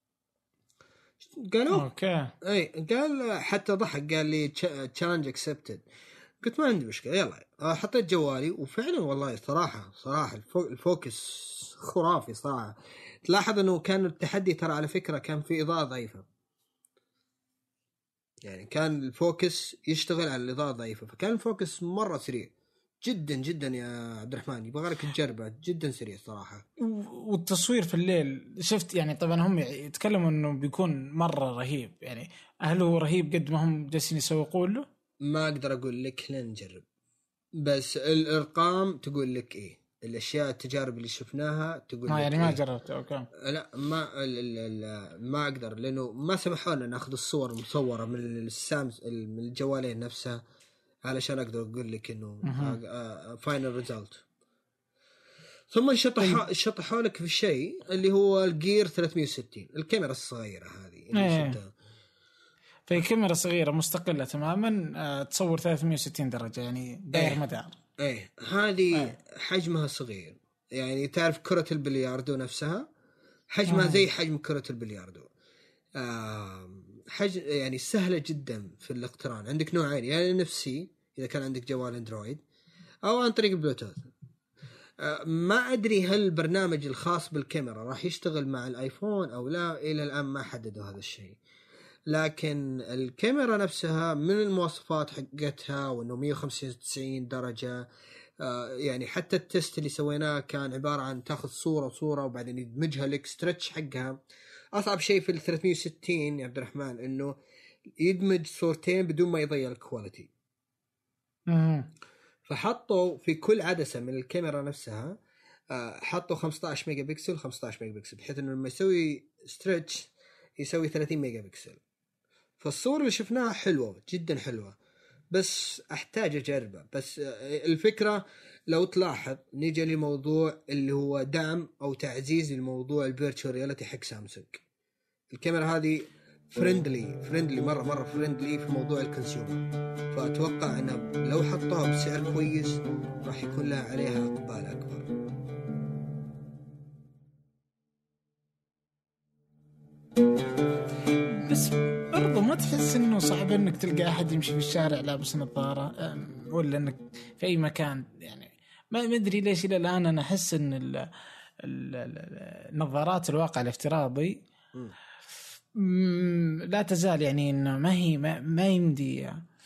قالوا
أوكي.
أي قال حتى ضحك قال لي challenge accepted. قلت ما عندي مشكلة يلا. حطيت جوالي وفعلا والله صراحة الفوكس خرافي صراحة. تلاحظ انه كان التحدي ترى على فكرة كان في إضاءة ضعيفة يعني كان الفوكس يشتغل على الإضاءة ضعيفة فكان الفوكس مرة سريع جدا جدا يا عبد الرحمن. يبغى لك تجربه جدا سريع صراحة.
والتصوير في الليل شفت يعني طبعا هم يتكلموا انه بيكون مرة رهيب يعني. هل هو رهيب قد ما هم جالسين يسوقون له؟
ما اقدر اقول لك لين نجرب بس الارقام تقول لك ايه. الاشياء التجارب اللي شفناها تقول لك
يعني
إيه؟
ما جربت. اوكي
لا ما اقدر لانه ما سمحوا لنا ناخذ الصور مصوره من من الجوالين نفسها علشان اقدر اقول لك انه فاينل ريزلت. ثم شطحوا لك في الشيء اللي هو الجير 360 الكاميرا الصغيره هذه اللي شفتها.
في كاميرا صغيرة مستقلة تماما تصور 360 درجة يعني داير مدار.
هذه حجمها صغير يعني تعرف كرة البلياردو نفسها حجمها زي حجم كرة البلياردو. حجم يعني سهلة جدا في الاقتران. عندك نوعين يعني نفسي إذا كان عندك جوال اندرويد أو عن طريق بلوتوث. ما أدري هل البرنامج الخاص بالكاميرا راح يشتغل مع الآيفون أو لا. إلى الآن ما حددوا هذا الشيء لكن الكاميرا نفسها من المواصفات حقتها وانه 195 درجة. يعني حتى التست اللي سويناه كان عبارة عن تاخذ صورة وبعدين يدمجها لك ستريتش حقها. اصعب شيء في ال 360 يا عبد الرحمن انه يدمج صورتين بدون ما يضيع الكواليتي. فحطوا في كل عدسة من الكاميرا نفسها حطوا 15 ميجا بكسل بحيث انه لما يسوي ستريتش يسوي 30 ميجا بكسل. فالصور اللي شفناها حلوة جدا حلوة بس أحتاج أجربها. بس الفكرة لو تلاحظ نيجي لموضوع اللي هو دعم أو تعزيز الموضوع الفيرتشوال رياليتي حق سامسونج. الكاميرا هذه فريندلي مرة فريندلي في موضوع الكونسيومر. فأتوقع أنه لو حطوها بسعر كويس راح يكون لها عليها إقبال أكبر.
بس برضو ما تحس انه صعب انك تلقى احد يمشي في الشارع لابس نظارة ولا انك في اي مكان يعني ما ادري ليش الى الان انا احس ان النظارات الواقع الافتراضي لا تزال يعني انه ما يمدي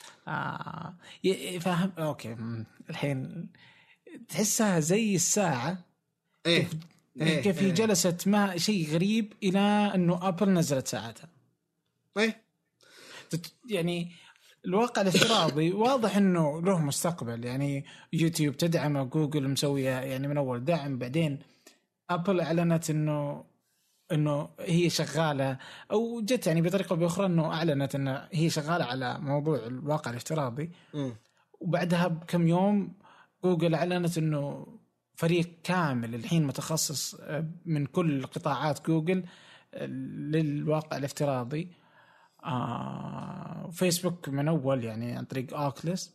فاهم. اوكي الحين تحسها زي الساعة كيف جلست ما شيء غريب الى انه ابل نزلت ساعتها يعني الواقع الافتراضي واضح انه له مستقبل، يعني يوتيوب تدعمه، جوجل مسويه يعني من اول دعم، بعدين ابل اعلنت انه هي شغاله، او جت يعني بطريقه او باخرى انه اعلنت انه هي شغاله على موضوع الواقع الافتراضي. وبعدها بكم يوم جوجل اعلنت انه فريق كامل الحين متخصص من كل قطاعات جوجل للواقع الافتراضي. فيسبوك من اول يعني عن طريق اوكلس،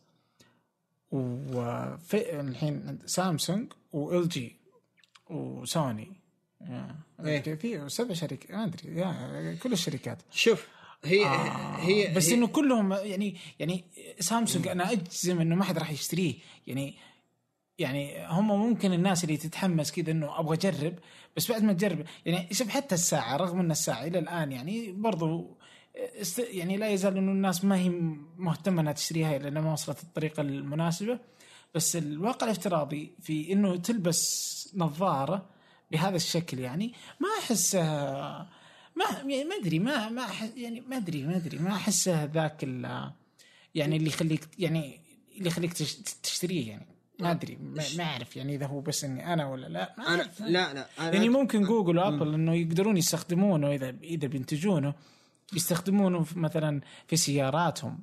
وفي الحين سامسونج وال جي وسوني، في 7 شركات ما ادري كل الشركات.
شوف هي
بس انه كلهم يعني سامسونج انا اجزم انه ما حد راح يشتريه، يعني هم ممكن الناس اللي تتحمس كذا انه ابغى اجرب، بس بعد ما تجرب يعني شوف حتى الساعه، رغم ان الساعه الى الان يعني برضو يعني لا يزال انه الناس ما هي مهتمه انها تشتريها لانها ما وصلت الطريقه المناسبه. بس الواقع الافتراضي في انه تلبس نظاره بهذا الشكل يعني ما احسها، ما ادري يعني ما ادري ما احسه ذاك يعني اللي يخليك تشتريه يعني. ما ادري ما اعرف يعني اذا هو بس اني انا ولا لا.
انا لا
يعني ممكن جوجل وابل انه يقدرون يستخدمونه اذا بينتجونه يستخدمونه مثلا في سياراتهم،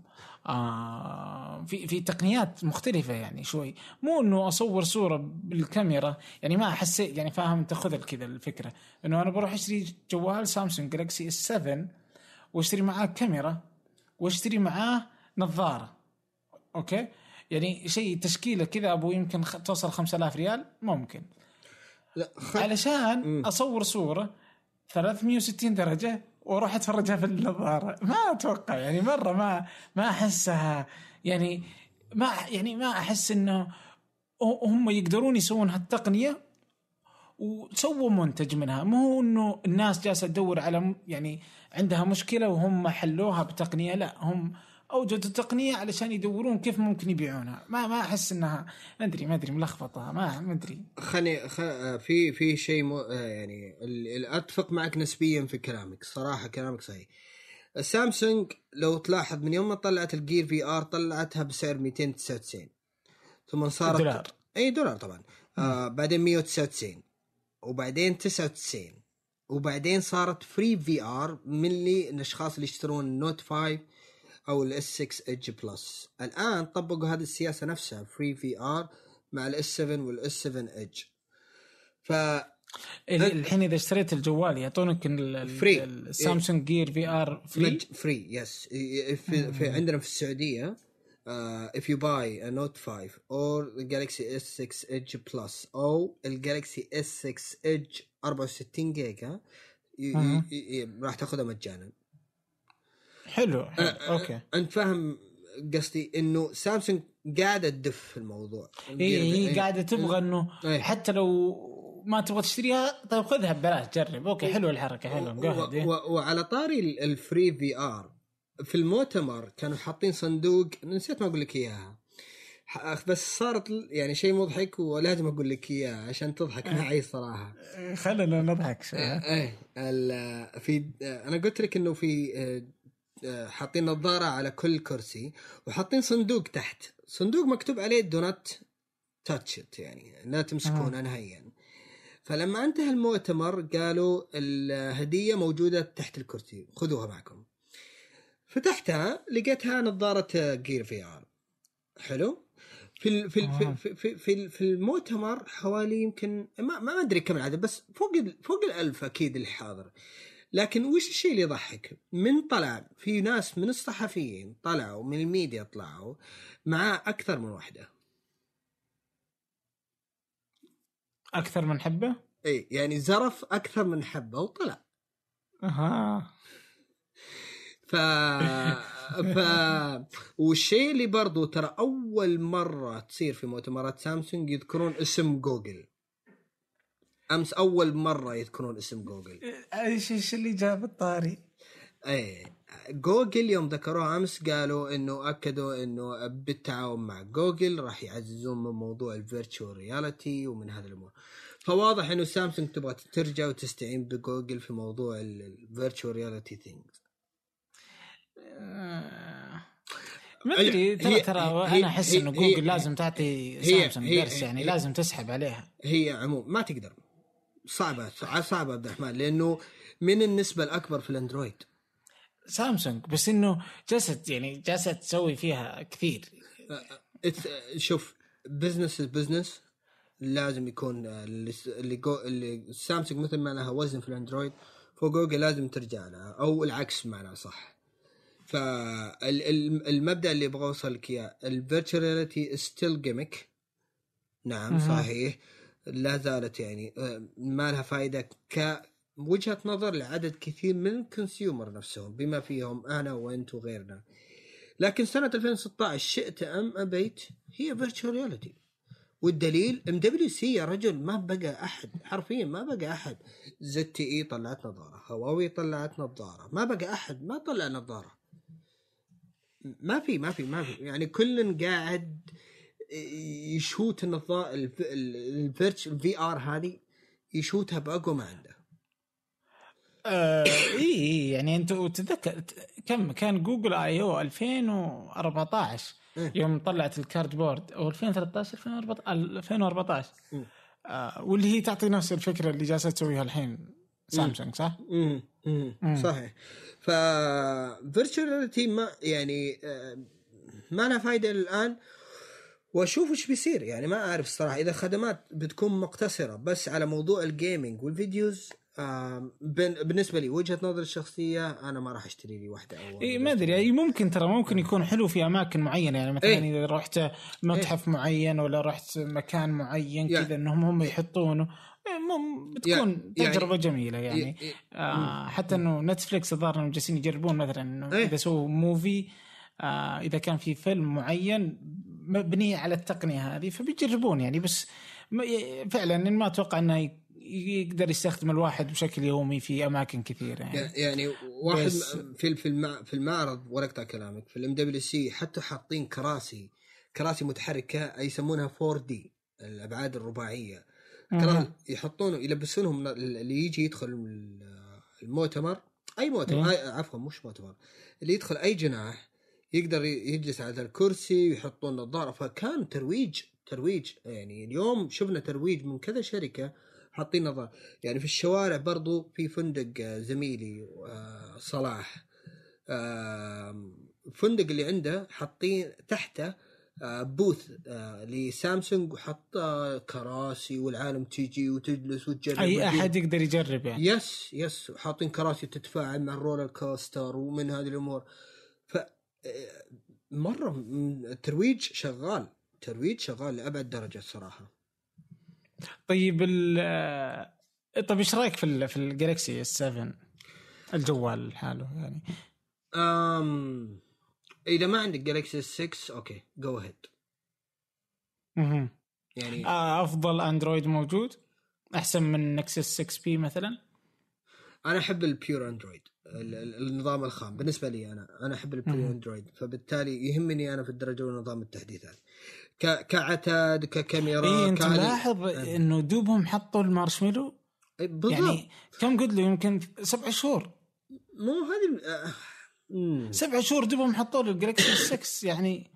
في تقنيات مختلفة يعني شوي، مو انه اصور صورة بالكاميرا يعني ما احس يعني فاهم تاخذ كذا الفكرة انه انا بروح اشتري جوال سامسونج جالكسي اس 7 واشتري معاه كاميرا واشتري معاه نظارة، اوكي يعني شيء تشكيلة كذا ابو يمكن توصل 5000 ريال ممكن.
لا
علشان اصور صورة 360 درجة واروح اتفرجها في النظارة، ما اتوقع يعني مرة ما احسها يعني ما احس انه هم يقدرون يسوون هالتقنية وسووا منتج منها، مو انه الناس جالسة تدور على يعني عندها مشكلة وهم حلوها بتقنية، لا هم اوجدوا تقنية علشان يدورون كيف ممكن يبيعونها. ما احس انها ما ادري ملخبطة ما ادري.
في شيء يعني اتفق معك نسبيا في كلامك، صراحة كلامك صحيح. سامسونج لو تلاحظ من يوم ما طلعت الجير في ار طلعتها بسعر 299 ثم صارت
دولار.
اي دولار طبعا. بعدين 199 وبعدين 99 وبعدين صارت فري في ار من الاشخاص اللي يشترون النوت 5 او الاس 6 ايدج بلس. الان طبقوا هذه السياسة نفسها فري في ار مع الاس 7 والاس 7 ايدج.
الحين اذا اشتريت الجوال يعطونك السامسونج جير في ار فري
يس. في عندنا في السعوديه if you buy a Note 5 or the Galaxy S6 Edge Plus او الجالكسي S6 Edge 64 جيجا راح تاخذها مجانا.
حلو اوكي.
انت فاهم قصدي انه سامسونج قاعده تدف في الموضوع.
هي قاعده تبغى انه حتى لو ما تبغى تشتريها طيب خذها ببلاش جرب. اوكي حلو الحركه حلو.
وعلى طاري الفري في ار في المؤتمر كانوا حاطين صندوق، نسيت ما اقول لك اياها بس صارت يعني شيء مضحك ولازم اقول لك اياه عشان تضحك معي صراحه.
خلينا نضحك شوي.
في انا قلت لك انه في حاطين نظاره على كل كرسي وحاطين صندوق تحت، صندوق مكتوب عليه دو نوت تاتش ات يعني لا تمسكونه نهائيا. فلما انتهى المؤتمر قالوا الهدية موجودة تحت الكرسي خذوها معكم. فتحتها لقيتها نظارة جير في ار. حلو. في المؤتمر حوالي يمكن ما ادري كم العدد بس فوق 1000 اكيد الحاضر. لكن وش الشيء اللي يضحك من طلع في ناس من الصحفيين طلعوا من الميديا طلعوا مع اكثر من واحدة،
اكثر من حبه.
اي يعني زرف اكثر من حبه وطلع. ف والشيء اللي برضو ترى اول مره تصير في مؤتمرات سامسونج يذكرون اسم جوجل. امس اول مره يذكرون اسم جوجل.
ايش اللي جاب الطاري؟
اي جوجل يوم ذكروه امس قالوا انه اكدوا انه بالتعاون مع جوجل راح يعززون من موضوع الفيرتشوال رياليتي ومن هذه الامور. فواضح انه سامسونج تبغى ترجع وتستعين بجوجل في موضوع الفيرتشوال رياليتي ثينجز.
ما ادري ترى انا احس انه جوجل لازم تعطي سامسونج درس، يعني لازم تسحب عليها.
هي عموم ما تقدر، صعبه عبد الرحمن، لانه من النسبه الاكبر في الاندرويد
سامسونج، بس انه جالسه تسوي فيها كثير.
شوف بزنس لازم يكون اللي سامسونج مثل ما لها وزن في الاندرويد، فجوجل لازم ترجع لها، او العكس معنا صح. فالمبدأ اللي ابغى اوصل لك اياه، الفيرتشوال رياليتي ستيل جيمك. نعم صحيح، لا زالت يعني ما لها فائدة كوجهة نظر لعدد كثير من الكونسيومر نفسهم، بما فيهم انا وانت وغيرنا. لكن سنة 2016 شئت ام ابيت هي فيرتشوال رياليتي، والدليل MWC يا رجل، ما بقى احد، حرفيا ما بقى احد. ZTE طلعت نظارة، هواوي طلعت نظارة، ما بقى احد ما طلع نظارة. ما في يعني كل قاعد يشوت النظارة الفيرتشوال VR هذه، يشوتها بأقوى ما عنده.
اي يعني انتوا تتذكر كم كان جوجل I/O 2014 يوم طلعت الكارد بورد، او 2013 2014 واللي هي تعطي نفس الفكرة اللي جالسة تسويها الحين سامسونج، صح؟
صحيح. فيرتشوال رياليتي ما يعني ما لها فايدة الآن، واشوف ايش بيصير. يعني ما اعرف الصراحه اذا خدمات بتكون مقتصره بس على موضوع الجيمنج والفيديوز. بالنسبه لي وجهه نظري الشخصيه، انا ما راح اشتري لي واحده او
ما ادري، ممكن يكون حلو في اماكن معينه، يعني مثلا اذا رحت متحف معين ولا رحت مكان معين كذا انهم يحطونه، بتكون تجربه جميله يعني. حتى انه نتفليكس الظاهر انهم جالسين يجربون مثلا انه اذا سووا موفي، اذا كان في فيلم معين مبني على التقنيه هذه فبيجربون يعني. بس فعلا ما اتوقع انه يقدر يستخدم الواحد بشكل يومي في اماكن كثيره
يعني واحد في المعرض ورقة كلامك في MWC حتى حاطين كراسي متحركه يسمونها 4D، الابعاد الرباعيه. يحطونه يلبسونهم اللي يجي يدخل المؤتمر، اي مؤتمر عفوا مش مؤتمر، اللي يدخل اي جناح يقدر يجلس على الكرسي ويحطون نظارة. فكان ترويج يعني. اليوم شفنا ترويج من كذا شركة حاطين نظارة. يعني في الشوارع برضو في فندق زميلي صلاح، فندق اللي عنده حاطين تحته بوث لسامسونج، وحط كراسي والعالم تيجي وتجلس وتجرب،
اي احد يقدر يجرب يعني.
يس حاطين كراسي تتفاعل مع الرولر كوستر ومن هذه الامور. مرة الترويج شغال لأبعد درجة الصراحة.
طيب طيب ايش رايك في الجالكسي S7 الجوال حاله يعني؟
إذا ما عندك جالكسي 6 أوكي جو أهيد. يعني
أفضل أندرويد موجود أحسن من نكسس 6P مثلا.
أنا أحب البيور أندرويد، النظام الخام بالنسبة لي. أنا أحب البيور أندرويد، فبالتالي يهمني أنا في الدرجة ونظام التحديثات كعتاد ككاميرا.
أنت لاحظ إنه دوبهم حطوا المارشميلو يعني كم قلت له يمكن 7 شهور،
مو هذه
7 شهور دوبهم حطوا له الجالكسي 6 يعني.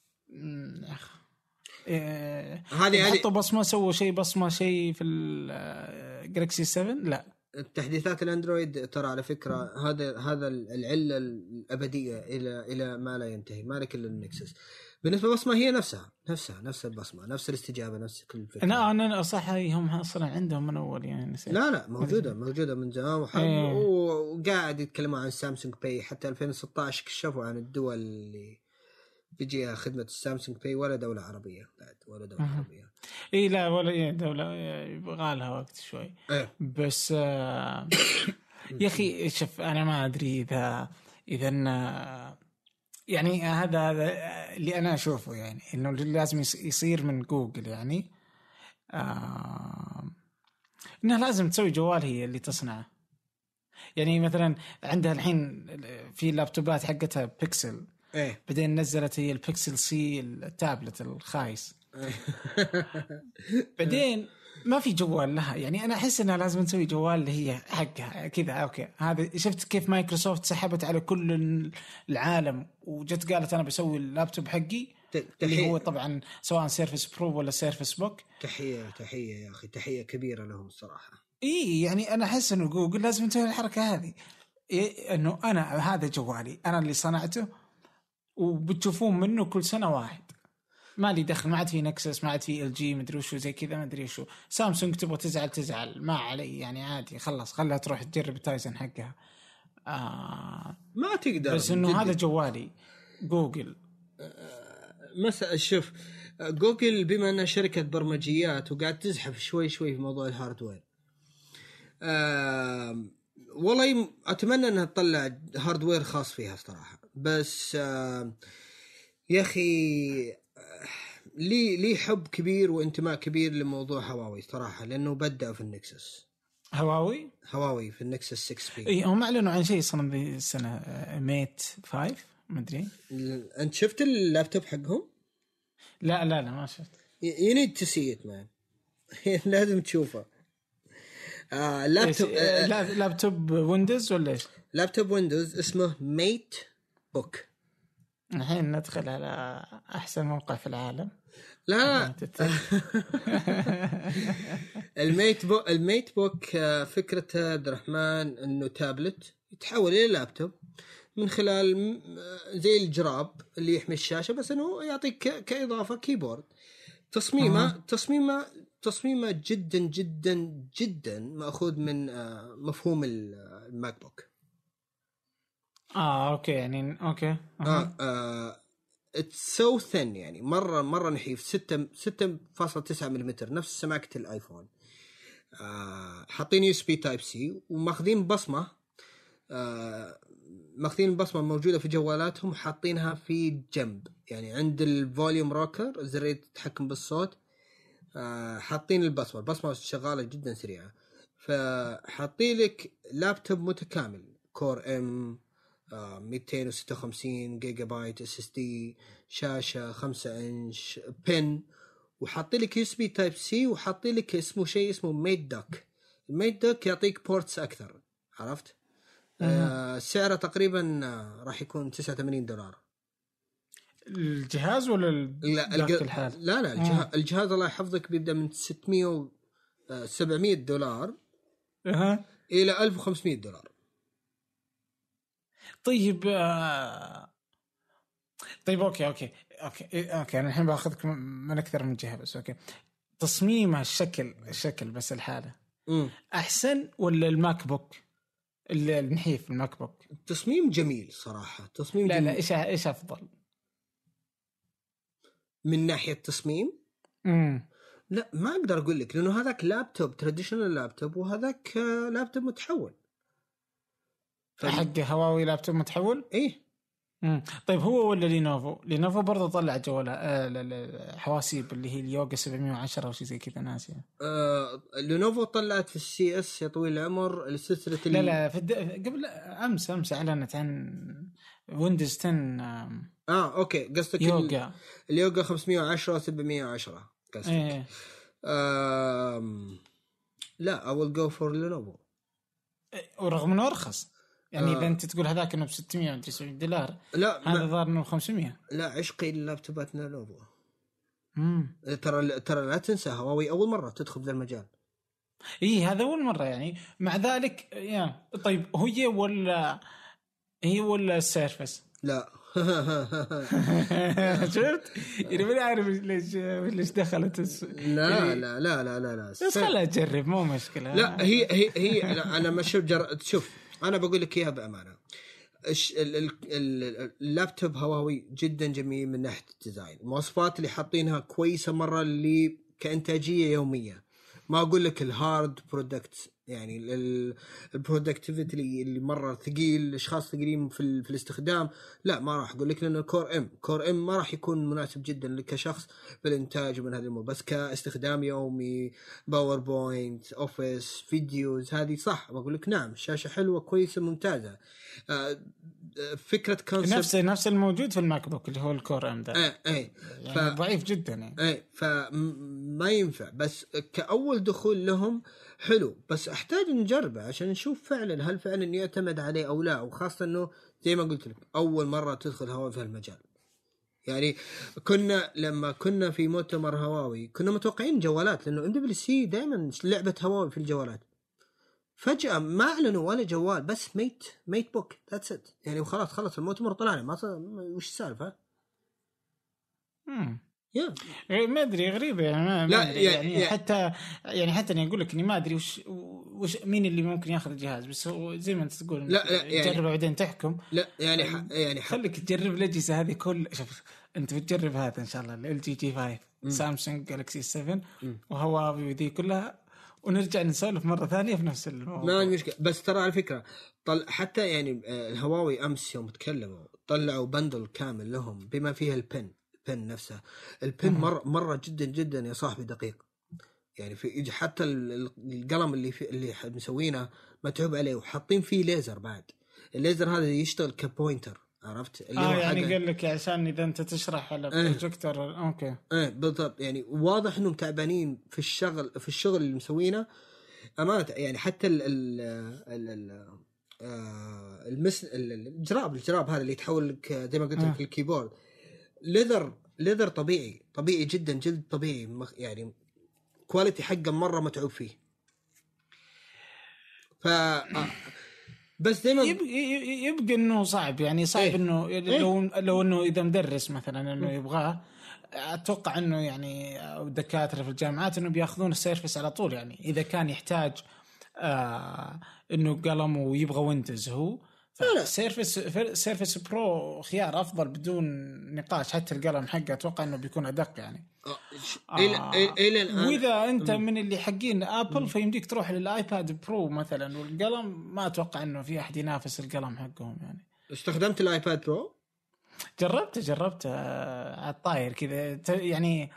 هذه حطوا بصمة، سووا بصمة شيء في الجالكسي 7. لا
التحديثات الاندرويد ترى على فكرة هذا العلة الأبدية إلى ما لا ينتهي، ما لك إلا النكسس. بالنسبة للبصمة هي نفس البصمة، نفس الاستجابة، نفس كل فكرة.
أنا صح هم أصلا عندهم من أول يعني نسيت.
لا موجودة من زمان وقاعد يتكلموا عن سامسونج باي. حتى 2016 كشفوا عن الدول اللي بيجيها خدمة السامسونج باي، ولا دولة عربية بعد، ولا دولة عربية.
إيه لا ولا دولة يبغى لها وقت شوي. بس يا أخي شوف أنا ما أدري إذا يعني هذا اللي أنا أشوفه يعني إنه لازم يصير من جوجل يعني إنها لازم تسوي جوال هي اللي تصنعه. يعني مثلا عندها الحين في اللابتوبات حقتها بيكسل، بعدين نزلت هي البيكسل سي التابلت الخايس بعدين ما في جوال لها. يعني انا احس انها لازم نسوي جوال اللي هي حقها كذا. اوكي هذا شفت كيف مايكروسوفت سحبت على كل العالم وجت قالت انا بسوي اللابتوب حقي اللي هو طبعا سواء سيرفس برو ولا سيرفس بوك.
تحيه يا اخي، تحيه كبيره لهم الصراحه.
يعني انا احس انه جوجل لازم تسوي الحركه هذه، انه انا هذا جوالي انا اللي صنعته وبتشوفون منه كل سنه واحد، ما لي دخل، ما عاد في نكسس، ما عاد في ال جي، مدري وشو زي كذا، ما ادري وشو. سامسونج تبغى تزعل ما علي يعني عادي، خلص خلها تروح تجرب التايزن حقها.
ما تقدر،
بس انه هذا جوالي جوجل.
مثلا شوف جوجل بما انها شركه برمجيات وقاعد تزحف شوي في موضوع الهاردوير، والله اتمنى انها تطلع هاردوير خاص فيها صراحه. بس يا اخي لي حب كبير وانتماء كبير لموضوع هواوي صراحه، لانه بدأ في النكسس. هواوي في النكسس 6 بي.
اي هم اعلنوا عن شيء صار ذي السنه، ميت 5 ما ادري.
انت شفت اللابتوب حقهم؟
لا ما شفت.
you need to see it man. لازم تشوفه.
لابتوب ويندوز ولا ايش؟
لابتوب ويندوز اسمه ميت بوك.
الحين ندخل على احسن موقع في العالم.
لا الميت بوك فكرته عبد الرحمن انه تابلت يتحول الى لابتوب من خلال زي الجراب اللي يحمي الشاشه، بس انه يعطيك كاضافه كيبورد. تصميمه جدا جدا جدا ماخوذ من مفهوم الماك بوك.
اوكي يعني اوكي.
it's so thin يعني مرة نحيف، 6.9 ملم، نفس سماكة الايفون. حاطين USB تايب سي وماخذين بصمة، ماخذين البصمة موجودة في جوالاتهم حاطينها في جنب، يعني عند الفوليوم روكر زر التحكم بالصوت حاطين البصمة شغالة جدا سريعة. فحاطين لك لابتوب متكامل كور ام 256 جيجا بايت SSD، شاشة 5 إنش، بن، وحاطين لك USB تايب سي، وحاطين لك شيء اسمه ميت دوك. الميت دوك يعطيك بورتس أكثر، عرفت؟ سعره تقريبا راح يكون $89.
الجهاز ولا الحال؟
لا الجهاز الله يحفظك بيبدأ من $700 إلى $1500.
طيب اوكي انا الحين باخذك من اكثر من جهه، بس اوكي تصميمها الشكل بس الحاله احسن ولا الماك بوك النحيف؟ الماك بوك
تصميم جميل صراحه، تصميم
لا
جميل.
لا ايش افضل
من ناحيه تصميم؟ لا ما اقدر اقول لك، لانه هذاك لابتوب تراديشنال لابتوب وهذاك لابتوب متحول.
حق هواوي لابتوب متحول؟
ايه.
طيب هو ولا لينوفو برضه طلع جوال حواسيب اللي هي اليوغا 710 او شيء زي كذا ناسي.
لينوفو طلعت في السي اس يا طويل العمر السلسله
لا قبل امس اعلنت عن ويندوز 10.
اوكي قصدك اليوغا 510 710 قصدك. لا I will go for لينوفو،
ورغم انه ارخص يعني اذا انت تقول هذاك انه $690
لا
هذا ظهر انه 500.
لا عشقي اللابتوبات لينوفو. ترى لا تنسى هواوي اول مره تدخل في المجال.
هذا اول مره يعني. مع ذلك طيب هي ولا السيرفس؟
لا
شفت يعني ما عارف ليش دخلت
لا
بس خلها تجرب مو مشكله.
لا هي انا ما شوف انا بقول لك اياها بامانه، اللابتوب هواوي جدا جميل من ناحيه الديزاين، المواصفات اللي حاطينها كويسه مره اللي كانتاجيه يوميه. ما اقول لك الهارد برودكت يعني البرودكتيفيتي اللي مره ثقيل، اشخاص ثقيلين في الاستخدام، لا ما راح اقول لك، لانه كور ام ما راح يكون مناسب جدا لك كشخص بالانتاج ومن هذه الامور، بس كاستخدام يومي باوربوينت اوفيس فيديوز هذه صح بقول لك نعم شاشه حلوه كويسه ممتازه. فكره
كونسبت نفس الموجود في الماك بوك اللي هو الكور ام ده
يعني
ضعيف جدا يعني
فما ينفع، بس كأول دخول لهم حلو، بس احتاج نجربه عشان نشوف فعلا هل فعلا يعتمد عليه او لا، وخاصه انه زي ما قلت لك اول مره تدخل هواوي في المجال. يعني لما كنا في مؤتمر هواوي كنا متوقعين جوالات، لانه MWC دائما لعبه هواوي في الجوالات، فجأة ما أعلنوا ولا جوال، بس ميت بوك that's it يعني، وخلاص خلص المؤتمر طلعنا ما وش السالفة.
ما ادري غريبه يعني ما أدري يعني حتى اني اقول لك اني ما ادري وش مين اللي ممكن ياخذ الجهاز، بس هو زي ما انت تقول
لا يعني
تجرب بعدين تحكم.
لا يعني
خليك تجرب الاجهزه هذه شوف انت بتجرب هذا ان شاء الله ال LG G5 سامسونج جالكسي 7 وهواوي ودي كلها، ونرجع نسولف مره ثانيه في نفس الموضوع.
ما مشكله، بس ترى على فكره حتى يعني الهواوي امس يوم تكلموا طلعوا بندل كامل لهم بما فيها البن نفسها. البن مره جدا جدا يا صاحبي دقيق، يعني في حتى القلم اللي مسوينه متعوب عليه وحاطين فيه ليزر، بعد الليزر هذا يشتغل كبوينتر، عرفت اللي هو
يعني قال لك عشان اذا انت تشرح على بروجيكتور اوكي
بالضبط. يعني واضح انهم تعبانين في الشغل اللي مسوينه امانه. يعني حتى الجراب هذا اللي يتحول لك زي ما قلت لك الكيبورد ليذر طبيعي جدا، جلد طبيعي، يعني كواليتي حقه مره متعوب فيه. بس دائما
يبقى انه صعب، يعني صعب انه لو انه اذا مدرس مثلا انه يبغاه، اتوقع انه يعني الدكاتره في الجامعات انه بياخذون السيرفس على طول. يعني اذا كان يحتاج انه قلم ويبغى ويندوز هو سيرفس برو خيار افضل بدون نقاش، حتى القلم حقه اتوقع انه بيكون ادق يعني. واذا انت من اللي حقين ابل فيمديك تروح للايباد برو مثلا، والقلم ما اتوقع انه في احد ينافس القلم حقهم. يعني
استخدمت الايباد برو،
جربت على الطاير كذا يعني.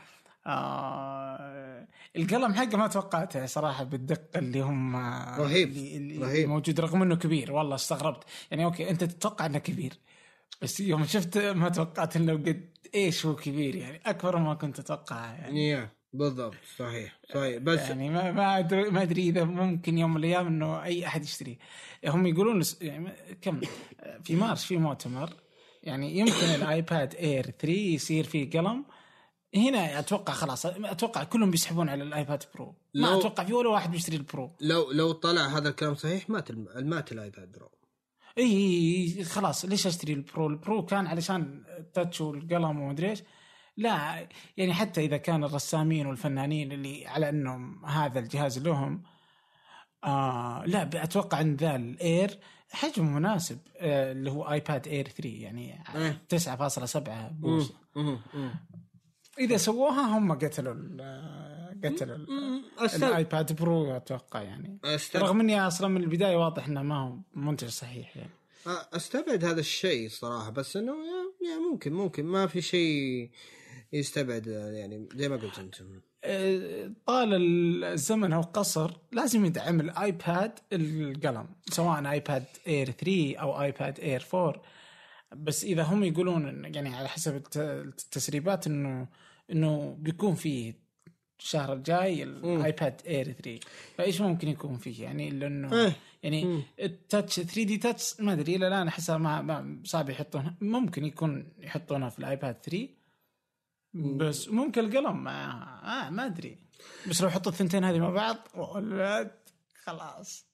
القلم حقه ما توقعته صراحة بالدقة اللي هم
رهيب
موجود، رغم انه كبير. والله استغربت يعني. اوكي انت تتوقع انه كبير، بس يوم شفت ما توقعت انه قد ايش هو كبير، يعني اكبر ما كنت اتوقع يعني.
بالضبط صحيح بس
يعني ما ادري اذا ممكن يوم من الايام انه اي احد يشتريه. هم يقولون يعني كم في مارس في مؤتمر، يعني يمكن الايباد اير 3 يصير فيه قلم. هنا اتوقع خلاص، اتوقع كلهم بيسحبون على الايباد برو، ما اتوقع في ولا واحد بيشتري البرو.
لو طلع هذا الكلام صحيح مات الايباد برو.
اي خلاص ليش اشتري البرو كان علشان التاتش والقلم وما ادري ايش. لا يعني حتى اذا كان الرسامين والفنانين اللي على انهم هذا الجهاز لهم لا اتوقع ان ذا الاير حجم مناسب اللي هو ايباد اير 3 يعني 9.7 بوصه. إذا سووها هم قتلوا الآيباد برو أتوقع يعني. رغم إني أصلا من البداية واضح إنه ما هو منتج صحيح يعني.
أستبعد هذا الشيء صراحة، بس إنه يعني ممكن ما في شيء يستبعد يعني زي ما قلت أنتم.
طال الزمن أو قصر لازم يدعم الآيباد القلم، سواء آيباد إير 3 أو آيباد إير 4. بس إذا هم يقولون يعني على حسب التسريبات إنه بيكون فيه الشهر الجاي الآيباد إير 3، فإيش ممكن يكون فيه يعني؟ لأنه يعني التاتش 3D تاتش ما أدري إلى الآن أحسها ما صعب يحطونها. ممكن يحطونها في الآيباد 3 بس ممكن القلم ما أدري. بس لو حطوا الثنتين هذه مع بعض خلاص